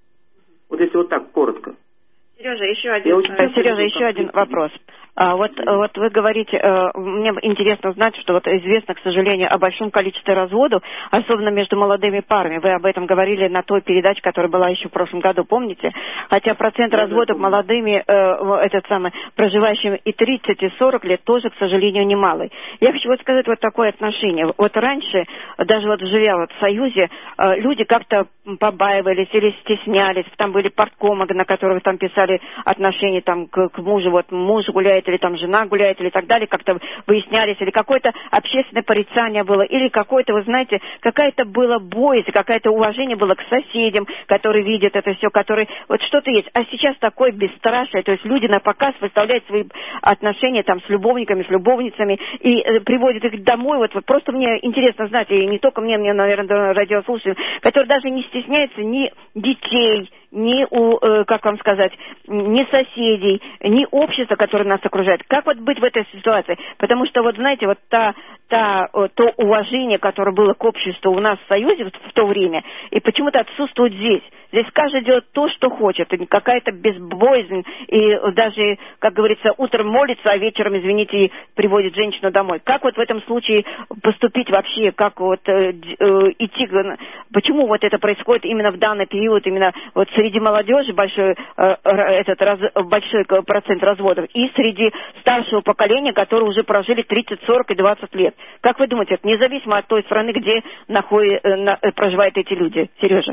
Вот если вот так, коротко. Сережа, еще один, очень Сережа, еще один вопрос. А, вот, вот вы говорите, э, мне интересно знать, что вот известно, к сожалению, о большом количестве разводов, особенно между молодыми парами. Вы об этом говорили на той передаче, которая была еще в прошлом году, помните? Хотя процент да, разводов да, молодыми, э, этот самый, проживающими и тридцать, и сорок лет, тоже, к сожалению, немалый. Я хочу вот сказать вот такое отношение. Вот раньше, даже вот живя вот в Союзе, э, люди как-то побаивались или стеснялись, там были парткомы, на которых там писали отношения там, к, к мужу, вот муж гуляет, или там жена гуляет, или так далее, как-то выяснялись, или какое-то общественное порицание было, или какое-то, вы знаете, какая-то была боязнь, какое-то уважение было к соседям, которые видят это все, которые, вот что-то есть. А сейчас такое бесстрашие, то есть люди на показ выставляют свои отношения там с любовниками, с любовницами, и э, приводят их домой, вот, вот просто мне интересно знать, и не только мне, мне, наверное, радиослушателям, которые даже не стесняются ни детей, ни у, э, как вам сказать, ни соседей, ни общества, которое нас окружает. Как вот быть в этой ситуации? Потому что, вот знаете, вот та, та, то уважение, которое было к обществу у нас в Союзе в то время, и почему-то отсутствует здесь. Здесь каждый делает то, что хочет, и какая-то безбоязнь, и даже, как говорится, утром молится, а вечером, извините, приводит женщину домой. Как вот в этом случае поступить вообще, как вот э, э, идти, почему вот это происходит именно в данный период, именно вот среди молодежи большой, э, этот раз, большой процент разводов, и среди старшего поколения, которые уже прожили тридцать, сорок и двадцать лет. Как вы думаете, это независимо от той страны, где находят, э, на, проживают эти люди? Сережа.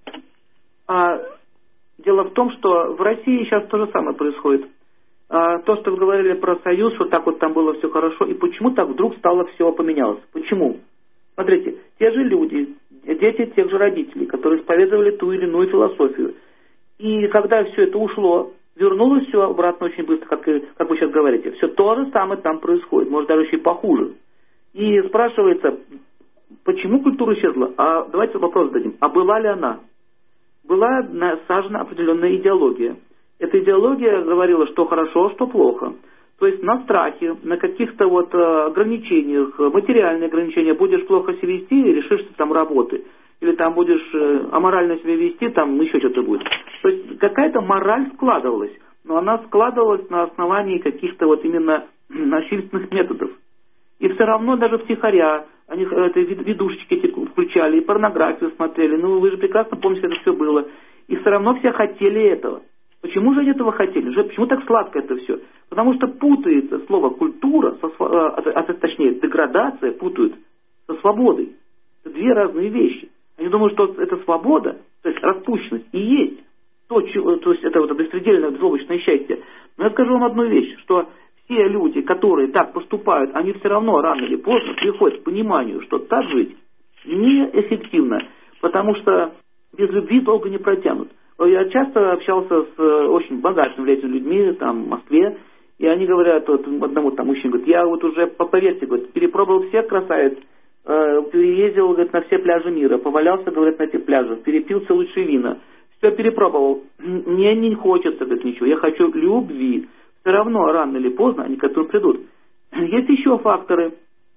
А, дело в том, что в России сейчас то же самое происходит. А, то, что вы говорили про Союз, что так вот там было все хорошо, и почему так вдруг стало все поменялось? Почему? Смотрите, те же люди, дети тех же родителей, которые исповедовали ту или иную философию. И когда все это ушло, вернулось все обратно очень быстро, как, как вы сейчас говорите. Все то же самое там происходит, может даже еще и похуже. И спрашивается, почему культура исчезла? А давайте вопрос зададим. А была ли она? Была насажена определенная идеология. Эта идеология говорила, что хорошо, что плохо. То есть на страхе, на каких-то вот ограничениях, материальные ограничения, будешь плохо себя вести, решишься там работы. Или там будешь аморально себя вести, там еще что-то будет. То есть какая-то мораль складывалась, но она складывалась на основании каких-то вот именно насильственных методов. И все равно даже втихаря они это, видушечки эти включали, и порнографию смотрели. Ну, вы же прекрасно помните, это все было. И все равно все хотели этого. Почему же они этого хотели? Почему так сладко это все? Потому что путается слово «культура», со, а, а, точнее, деградация путают со свободой. Это две разные вещи. Они думают, что это свобода, то есть распущенность, и есть то, то есть это вот беспредельное безоблачное счастье. Но я скажу вам одну вещь, что все люди, которые так поступают, они все равно рано или поздно приходят к пониманию, что так жить неэффективно, потому что без любви долго не протянут. Я часто общался с очень богатыми, влиятельными людьми там, в Москве, и они говорят, вот одному там мужчине, говорит, я вот уже, поверьте, говорит, перепробовал всех красавиц, э, переездил, говорит, на все пляжи мира, повалялся, говорит, на этих пляжах, перепил все лучшие вина, все перепробовал, мне не хочется, говорит, ничего, я хочу любви. Все равно, рано или поздно, они к этому придут. Есть еще факторы.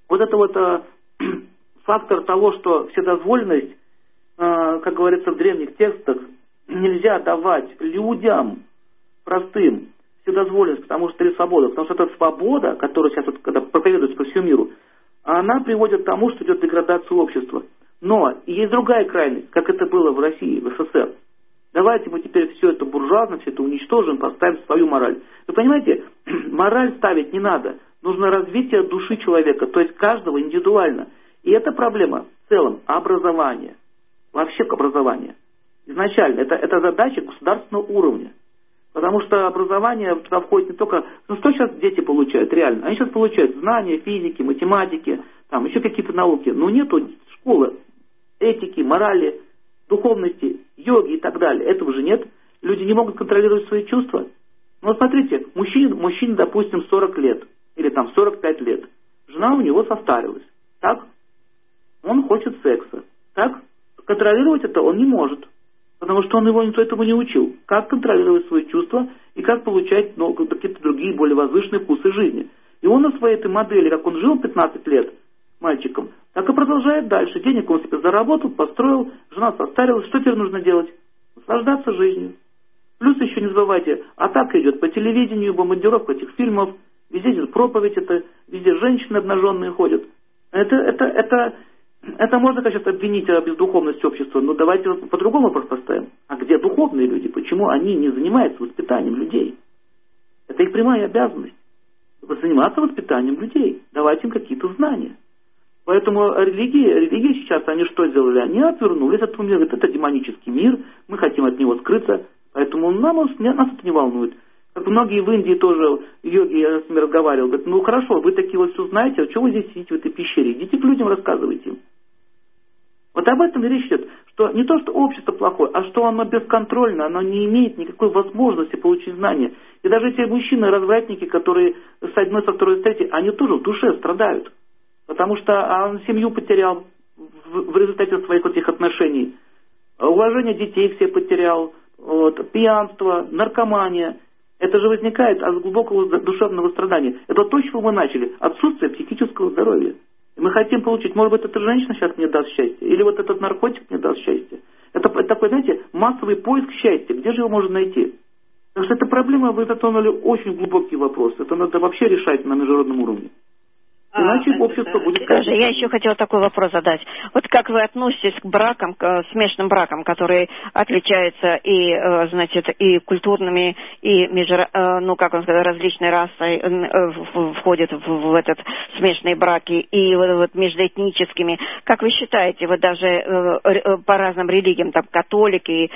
вот это вот э, фактор того, что вседозволенность, э, как говорится в древних текстах, нельзя давать людям простым вседозволенность, потому что это свобода. Потому что эта свобода, которая сейчас вот, когда проповедуется по всему миру, она приводит к тому, что идет деградация общества. Но есть другая крайность, как это было в России, в СССР. Давайте мы теперь все это буржуазно, все это уничтожим, поставим свою мораль. Вы понимаете, мораль ставить не надо. Нужно развитие души человека, то есть каждого индивидуально. И эта проблема в целом образования, вообще к образованию. Изначально это, это задача государственного уровня. Потому что образование туда входит не только... Ну что сейчас дети получают реально? Они сейчас получают знания физики, математики, там еще какие-то науки. Но нету школы этики, морали, духовности, йоги и так далее. Этого же нет. Люди не могут контролировать свои чувства. Ну вот смотрите, мужчине, мужчине, допустим, сорок лет. Или там сорок пять лет. Жена у него состарилась. Так? Он хочет секса. Так? Контролировать это он не может. Потому что он его никто этому не учил. Как контролировать свои чувства и как получать ну, какие-то другие более возвышенные вкусы жизни. И он на своей этой модели, как он жил пятнадцать лет мальчиком, так и продолжает дальше. Денег он себе заработал, построил, жена состарилась. Что теперь нужно делать? Наслаждаться жизнью. Плюс еще не забывайте, атака идет по телевидению, бомбардировка этих фильмов, везде идет проповедь, это, везде женщины обнаженные ходят. Это, это, это, это можно, конечно, обвинить в бездуховности общества, но давайте по-другому вопрос поставим. А где духовные люди? Почему они не занимаются воспитанием людей? Это их прямая обязанность. Заниматься воспитанием людей, давать им какие-то знания. Поэтому религии, религии сейчас, они что сделали? Они отвернулись от этого мира. Говорят, это демонический мир, мы хотим от него скрыться, поэтому нам, нас это не волнует. Как многие в Индии тоже, йоги, я с ними разговаривал, говорят, ну хорошо, вы такие вот все знаете, а что вы здесь сидите в этой пещере? Идите к людям, рассказывайте им. Вот об этом и речь идет, что не то, что общество плохое, а что оно бесконтрольно, оно не имеет никакой возможности получить знания. И даже эти мужчины-развратники, которые с одной, со второй, с третьей, они тоже в душе страдают. Потому что он семью потерял в, в результате своих этих отношений. Уважение детей все потерял, вот, пьянство, наркомания. Это же возникает от глубокого душевного страдания. Это то, с чего мы начали. Отсутствие психического здоровья. И мы хотим получить, может быть, эта женщина сейчас мне даст счастье, или вот этот наркотик мне даст счастье. Это, это такой, знаете, массовый поиск счастья. Где же его можно найти? Потому что эта проблема, вы затронули очень глубокий вопрос. Это надо вообще решать на международном уровне. Иначе а, общество будет... Скажи, я еще хотела такой вопрос задать. Вот как вы относитесь к бракам, к смешанным бракам, которые отличаются и, значит, и культурными, и между, ну, как он сказал, различной расой входят в, в этот смешанные браки, и вот, вот междуэтническими. Как вы считаете, вот даже по разным религиям, там, католики,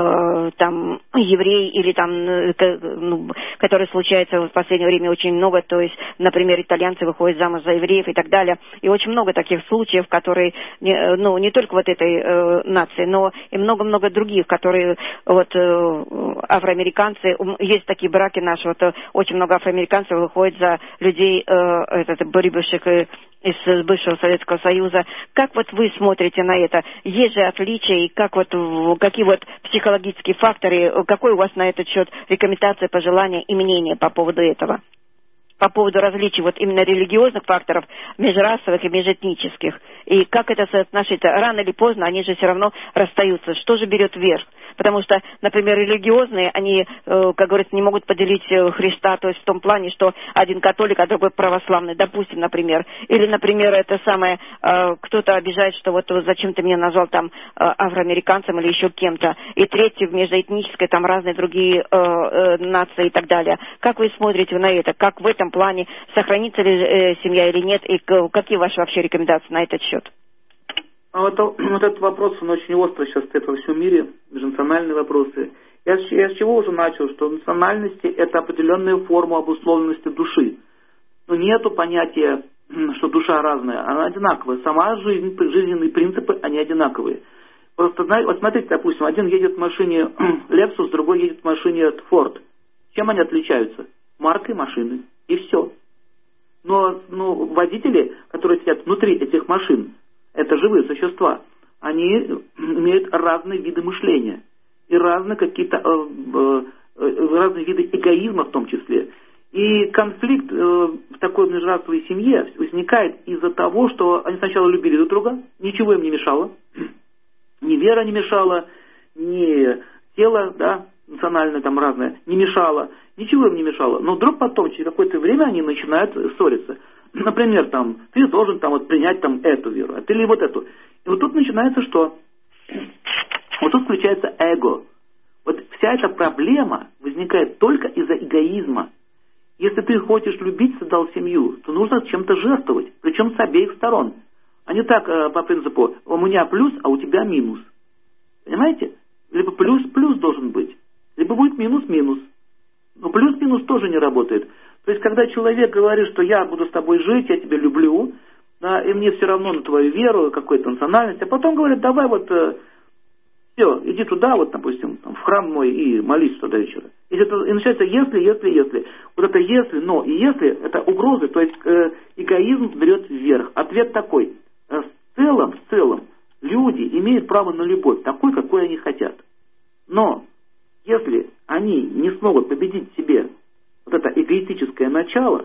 там, евреи, или там, ну, которые случаются в последнее время очень много, то есть, например, итальянцы выходят замуж за евреев и так далее. И очень много таких случаев, которые, ну, не только вот этой э, нации, но и много-много других, которые вот э, афроамериканцы, есть такие браки наши, вот э, очень много афроамериканцев выходит за людей, э, этот, бывших э, из бывшего Советского Союза. Как вот вы смотрите на это? Есть же отличия, и как вот, какие вот психологические факторы, какой у вас на этот счет рекомендация, пожелания и мнения по поводу этого? По поводу различий вот именно религиозных факторов, межрасовых и межэтнических. И как это соотносится? Рано или поздно они же все равно расстаются. Что же берет верх? Потому что, например, религиозные, они, как говорится, не могут поделить Христа, то есть в том плане, что один католик, а другой православный, допустим, например. Или, например, это самое, кто-то обижает, что вот зачем ты меня назвал там афроамериканцем или еще кем-то. И третий, в межэтнической, там разные другие нации и так далее. Как вы смотрите на это? Как в этом плане, сохранится ли э, семья или нет, и к, какие ваши вообще рекомендации на этот счет? А вот, вот этот вопрос, он очень остро сейчас стоит во всем мире, межнациональные вопросы. Я, я с чего уже начал, что национальности – это определенная форма обусловленности души. Но нету понятия, что душа разная, она одинаковая. Сама жизнь, жизненные принципы, они одинаковые. Просто, вот смотрите, допустим, один едет в машине Lexus, другой едет в машине Ford. Чем они отличаются? Маркой машины. И все. Но ну, водители, которые сидят внутри этих машин, это живые существа, они имеют разные виды мышления. И разные какие-то э, э, разные виды эгоизма в том числе. И конфликт э, в такой межрасовой семье возникает из-за того, что они сначала любили друг друга, ничего им не мешало, ни вера не мешала, ни тело, да, национальное там разное, не мешало, ничего им не мешало. Но вдруг потом, через какое-то время, они начинают ссориться. Например, там, ты должен там вот принять там эту веру, а ты или вот эту. И вот тут начинается что? Вот тут включается эго. Вот вся эта проблема возникает только из-за эгоизма. Если ты хочешь любить, создал семью, то нужно чем-то жертвовать, причем с обеих сторон. А не так по принципу, у меня плюс, а у тебя минус. Понимаете? Либо плюс-плюс должен быть, либо будет минус-минус. Но плюс-минус тоже не работает. То есть, когда человек говорит, что я буду с тобой жить, я тебя люблю, да, и мне все равно на твою веру, какую-то национальность, а потом говорят, давай вот, э, все, иди туда, вот, допустим, там, в храм мой и молись туда вечера. И, это, и начинается если, если, если. Вот это если, но и если, это угрозы, то есть э, эгоизм берет вверх. Ответ такой, э, в целом, в целом, люди имеют право на любовь, такой, какой они хотят. Но если они не смогут победить в себе вот это эгоистическое начало,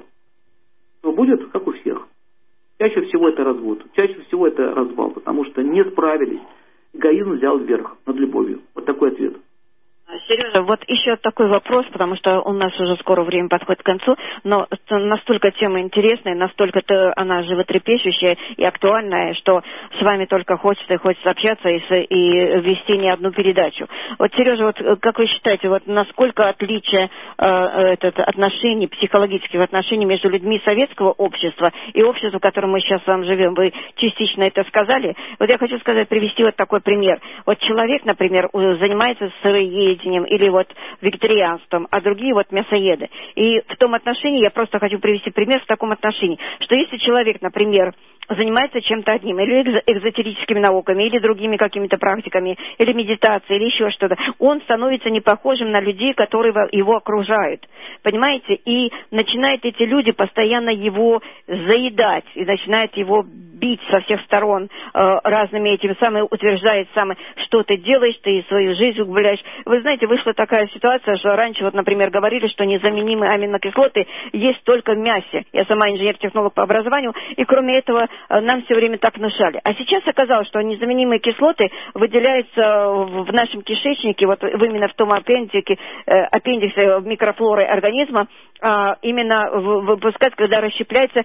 то будет как у всех. Чаще всего это развод, чаще всего это развал, потому что не справились. Эгоизм взял вверх над любовью. Вот такой ответ. Сережа, вот еще такой вопрос, потому что у нас уже скоро время подходит к концу, но настолько тема интересная, настолько она животрепещущая и актуальная, что с вами только хочется и хочется общаться и, и вести не одну передачу. Вот, Сережа, вот как вы считаете, вот насколько отличие э, этот, отношений, психологических отношений между людьми советского общества и общества, в котором мы сейчас с вами живем? Вы частично это сказали. Вот я хочу сказать, привести вот такой пример. Вот человек, например, занимается сыроедением, или вот вегетарианством, а другие вот мясоеды. И в том отношении, я просто хочу привести пример в таком отношении, что если человек, например, занимается чем-то одним, или экзотерическими науками, или другими какими-то практиками, или медитацией, или еще что-то, он становится не похожим на людей, которые его окружают. Понимаете? И начинают эти люди постоянно его заедать, и начинают его бить со всех сторон э, разными этими самыми, утверждает самое, что ты делаешь, ты свою жизнь углубляешь. Вы знаете, вышла такая ситуация, что раньше, вот, например, говорили, что незаменимые аминокислоты есть только в мясе. Я сама инженер-технолог по образованию, и кроме этого нам все время так внушали. А сейчас оказалось, что незаменимые кислоты выделяются в нашем кишечнике, вот именно в том аппендике, аппендиксе микрофлоры организма, именно выпускать, когда расщепляется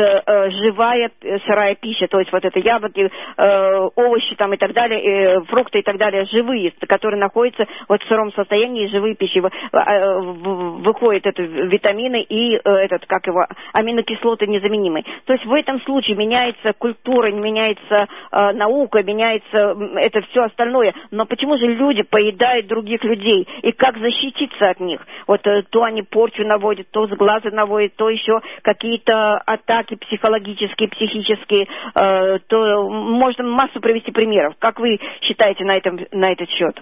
живая сырая пища, то есть вот это яблоки, овощи там и так далее, фрукты и так далее, живые, которые находятся вот в сыром состоянии, живые пищи, выходят это витамины и этот, как его, аминокислоты незаменимые. То есть в этом случае меняется культура, меняется э, наука, меняется это все остальное. Но почему же люди поедают других людей? И как защититься от них? Вот э, то они порчу наводят, то сглазы наводят, то еще какие-то атаки психологические, психические. Э, то можно массу привести примеров. Как вы считаете на, этом, на этот счет?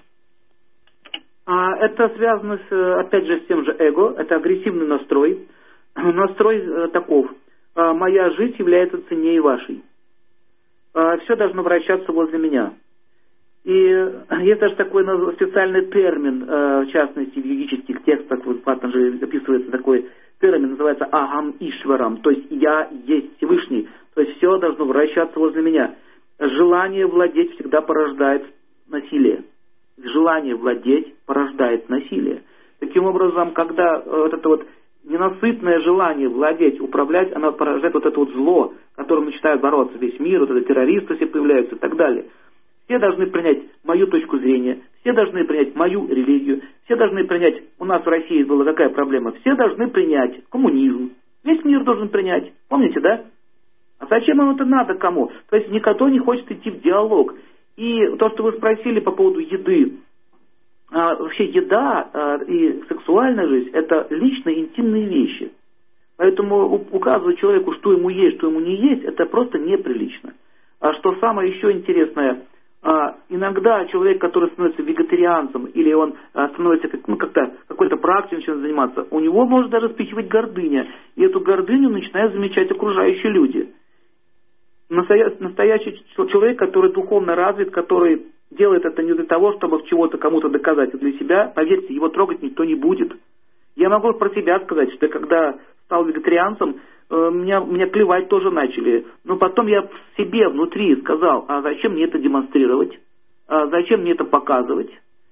Это связано, с, опять же, с тем же эго. Это агрессивный настрой. Настрой э, таков. Моя жизнь является ценнее вашей. Все должно вращаться возле меня. И есть даже такой специальный термин, в частности, в йогических текстах, в Патанджали описывается такой термин, называется Ахам Ишварам, то есть я есть Всевышний, то есть все должно вращаться возле меня. Желание владеть всегда порождает насилие. Желание владеть порождает насилие. Таким образом, когда вот это вот ненасытное желание владеть, управлять, оно порождает вот это вот зло, которым начинают бороться весь мир, вот это террористы все появляются и так далее. Все должны принять мою точку зрения, все должны принять мою религию, все должны принять, у нас в России была такая проблема, все должны принять коммунизм, весь мир должен принять, помните, да? А зачем им это надо кому? То есть никто не хочет идти в диалог. И то, что вы спросили по поводу еды, А, вообще еда а, и сексуальная жизнь – это личные, интимные вещи. Поэтому указывать человеку, что ему есть, что ему не есть, это просто неприлично. А что самое еще интересное, а, иногда человек, который становится вегетарианцем, или он а, становится как, ну, как-то какой-то практикой начинает заниматься, у него может даже вспыхивать гордыня. И эту гордыню начинают замечать окружающие люди. Настоя- настоящий человек, который духовно развит, который делает это не для того, чтобы чего-то кому-то доказать, а для себя, поверьте, его трогать никто не будет. Я могу про себя сказать, что когда стал вегетарианцем, меня, меня клевать тоже начали. Но потом я в себе внутри сказал, а зачем мне это демонстрировать? А зачем мне это показывать?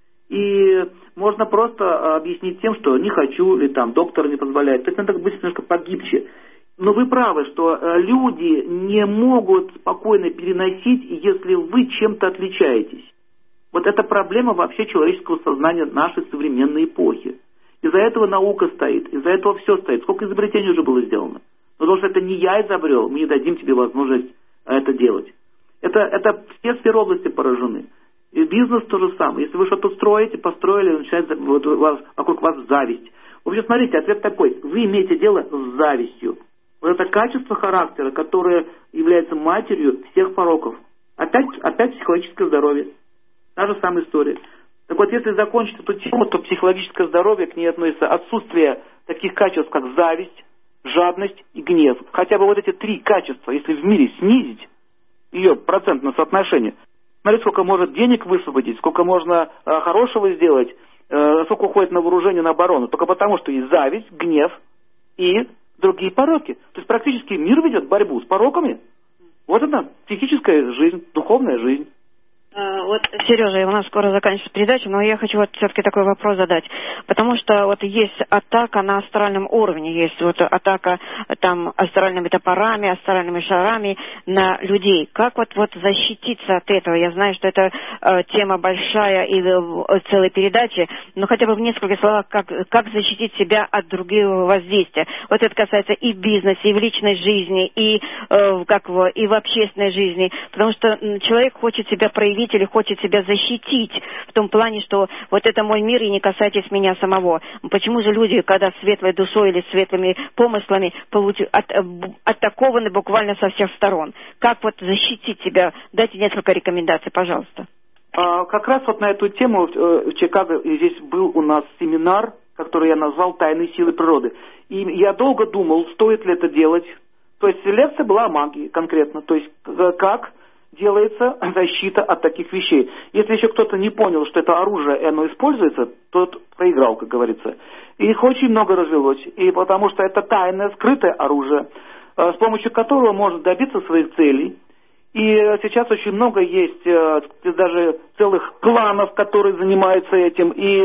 И можно просто объяснить тем, что не хочу, или там доктор не позволяет. То есть надо быть немножко погибче. Но вы правы, что люди не могут спокойно переносить, если вы чем-то отличаетесь. Вот это проблема вообще человеческого сознания нашей современной эпохи. Из-за этого наука стоит, из-за этого все стоит. Сколько изобретений уже было сделано. Потому что это не я изобрел, мы не дадим тебе возможность это делать. Это, это все сферы области поражены. И бизнес то же самое. Если вы что-то строите, построили, начинается вот, у вас, вокруг вас зависть. В общем, смотрите, ответ такой. Вы имеете дело с завистью. Вот это качество характера, которое является матерью всех пороков. Опять, опять психологическое здоровье. Та же самая история. Так вот, если закончить эту тему, то психологическое здоровье, к ней относится отсутствие таких качеств, как зависть, жадность и гнев. Хотя бы вот эти три качества, если в мире снизить ее процентное соотношение, смотрите, сколько может денег высвободить, сколько можно э, хорошего сделать, э, сколько уходит на вооружение, на оборону. Только потому, что есть зависть, гнев и другие пороки. То есть практически мир ведет борьбу с пороками. Вот это психическая жизнь, духовная жизнь. Вот, Сережа, у нас скоро заканчивается передача, но я хочу вот все-таки такой вопрос задать. Потому что вот есть атака на астральном уровне, есть вот атака там астральными топорами, астральными шарами на людей. Как вот, вот защититься от этого? Я знаю, что это э, тема большая и э, целой передачи, но хотя бы в нескольких словах, как, как защитить себя от других воздействия. Вот это касается и в бизнесе, и в личной жизни, и, э, как в, и в общественной жизни. Потому что человек хочет себя проявить или хочет себя защитить в том плане, что вот это мой мир и не касайтесь меня самого. Почему же люди, когда светлой душой или светлыми помыслами от, атакованы буквально со всех сторон? Как вот защитить себя? Дайте несколько рекомендаций, пожалуйста. А, как раз вот на эту тему в Чикаго здесь был у нас семинар, который я назвал «Тайные силы природы». И я долго думал, стоит ли это делать. То есть лекция была о магии конкретно. То есть как делается защита от таких вещей. Если еще кто-то не понял, что это оружие, и оно используется, тот проиграл, как говорится. И их очень много развелось. И потому что это тайное, скрытое оружие, с помощью которого можно добиться своих целей. И сейчас очень много есть даже целых кланов, которые занимаются этим. И,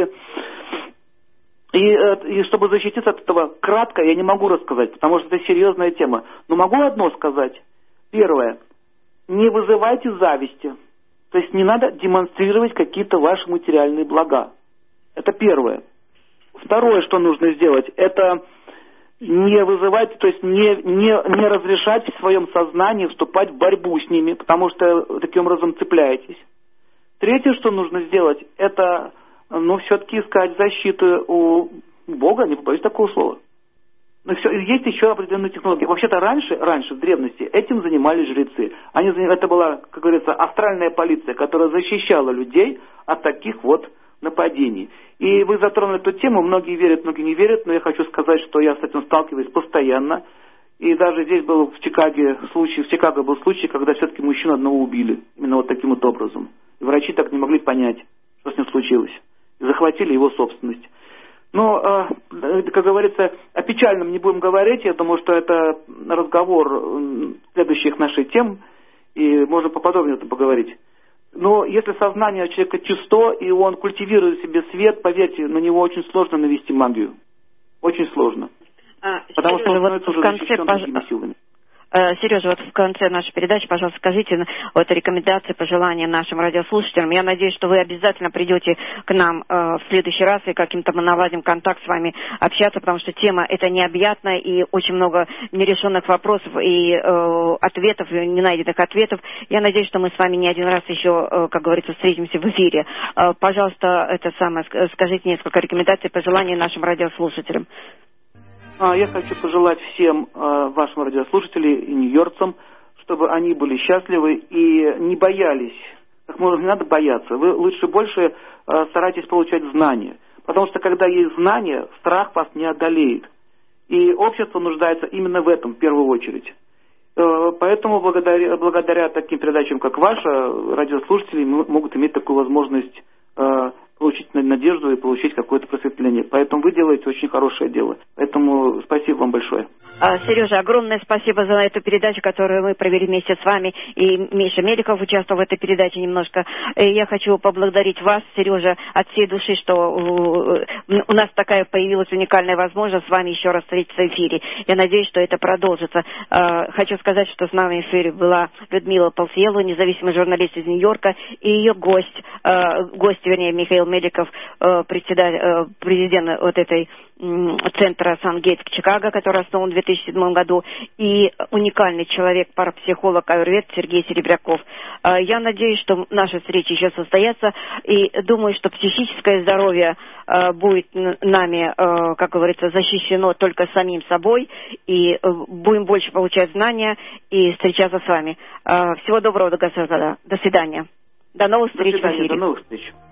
и, и чтобы защититься от этого кратко, я не могу рассказать, потому что это серьезная тема. Но могу одно сказать. Первое. Не вызывайте зависти. То есть не надо демонстрировать какие-то ваши материальные блага. Это первое. Второе, что нужно сделать, это не вызывать, то есть не, не, не разрешать в своем сознании вступать в борьбу с ними, потому что таким образом цепляетесь. Третье, что нужно сделать, это, ну, все-таки искать защиту у Бога, не побоюсь такого слова. Но все, есть еще определенные технологии. Вообще-то раньше, раньше, в древности, этим занимались жрецы. Они, это была, как говорится, астральная полиция, которая защищала людей от таких вот нападений. И вы затронули эту тему, многие верят, многие не верят, но я хочу сказать, что я с этим сталкиваюсь постоянно. И даже здесь был в Чикаго случай, в Чикаго был случай, когда все-таки мужчину одного убили. Именно вот таким вот образом. И врачи так не могли понять, что с ним случилось. И захватили его собственность. Но, как говорится, о печальном не будем говорить. Я думаю, что это разговор следующих наших тем, и можно поподробнее это поговорить. Но если сознание человека чисто, и он культивирует в себе свет, поверьте, на него очень сложно навести магию. Очень сложно. А, Потому что он вот становится уже защищен другими силами. Сережа, вот в конце нашей передачи, пожалуйста, скажите вот рекомендации, пожелания нашим радиослушателям. Я надеюсь, что вы обязательно придете к нам э, в следующий раз и каким-то мы наладим контакт с вами, общаться, потому что тема эта необъятная и очень много нерешенных вопросов и э, ответов, и ненайденных ответов. Я надеюсь, что мы с вами не один раз еще, э, как говорится, встретимся в эфире. Э, пожалуйста, это самое, скажите несколько рекомендаций, пожеланий нашим радиослушателям. Я хочу пожелать всем э, вашим радиослушателям и нью-йоркцам, чтобы они были счастливы и не боялись. Как можно, не надо бояться. Вы лучше больше э, старайтесь получать знания. Потому что когда есть знания, страх вас не одолеет. И общество нуждается именно в этом в первую очередь. Э, поэтому благодаря, благодаря таким передачам, как ваша, радиослушатели могут иметь такую возможность э, получить надежду и получить какое-то просветление. Поэтому вы делаете очень хорошее дело. Поэтому спасибо вам большое. Сережа, огромное спасибо за эту передачу, которую мы провели вместе с вами. И Миша Меликов участвовал в этой передаче немножко. И я хочу поблагодарить вас, Сережа, от всей души, что у нас такая появилась уникальная возможность с вами еще раз встретиться в эфире. Я надеюсь, что это продолжится. Хочу сказать, что с нами в эфире была Людмила Полсиелова, независимый журналист из Нью-Йорка, и ее гость, гость, вернее, Михаил Меликов, председатель, президент вот этой центра Сангейт в Чикаго, который основан в две тысячи седьмом году, и уникальный человек, парапсихолог аюрвед Сергей Серебряков. Я надеюсь, что наши встречи еще состоятся, и думаю, что психическое здоровье будет нами, как говорится, защищено только самим собой, и будем больше получать знания и встречаться с вами. Всего доброго, господа. До свидания. До новых встреч в эфире. До новых встреч.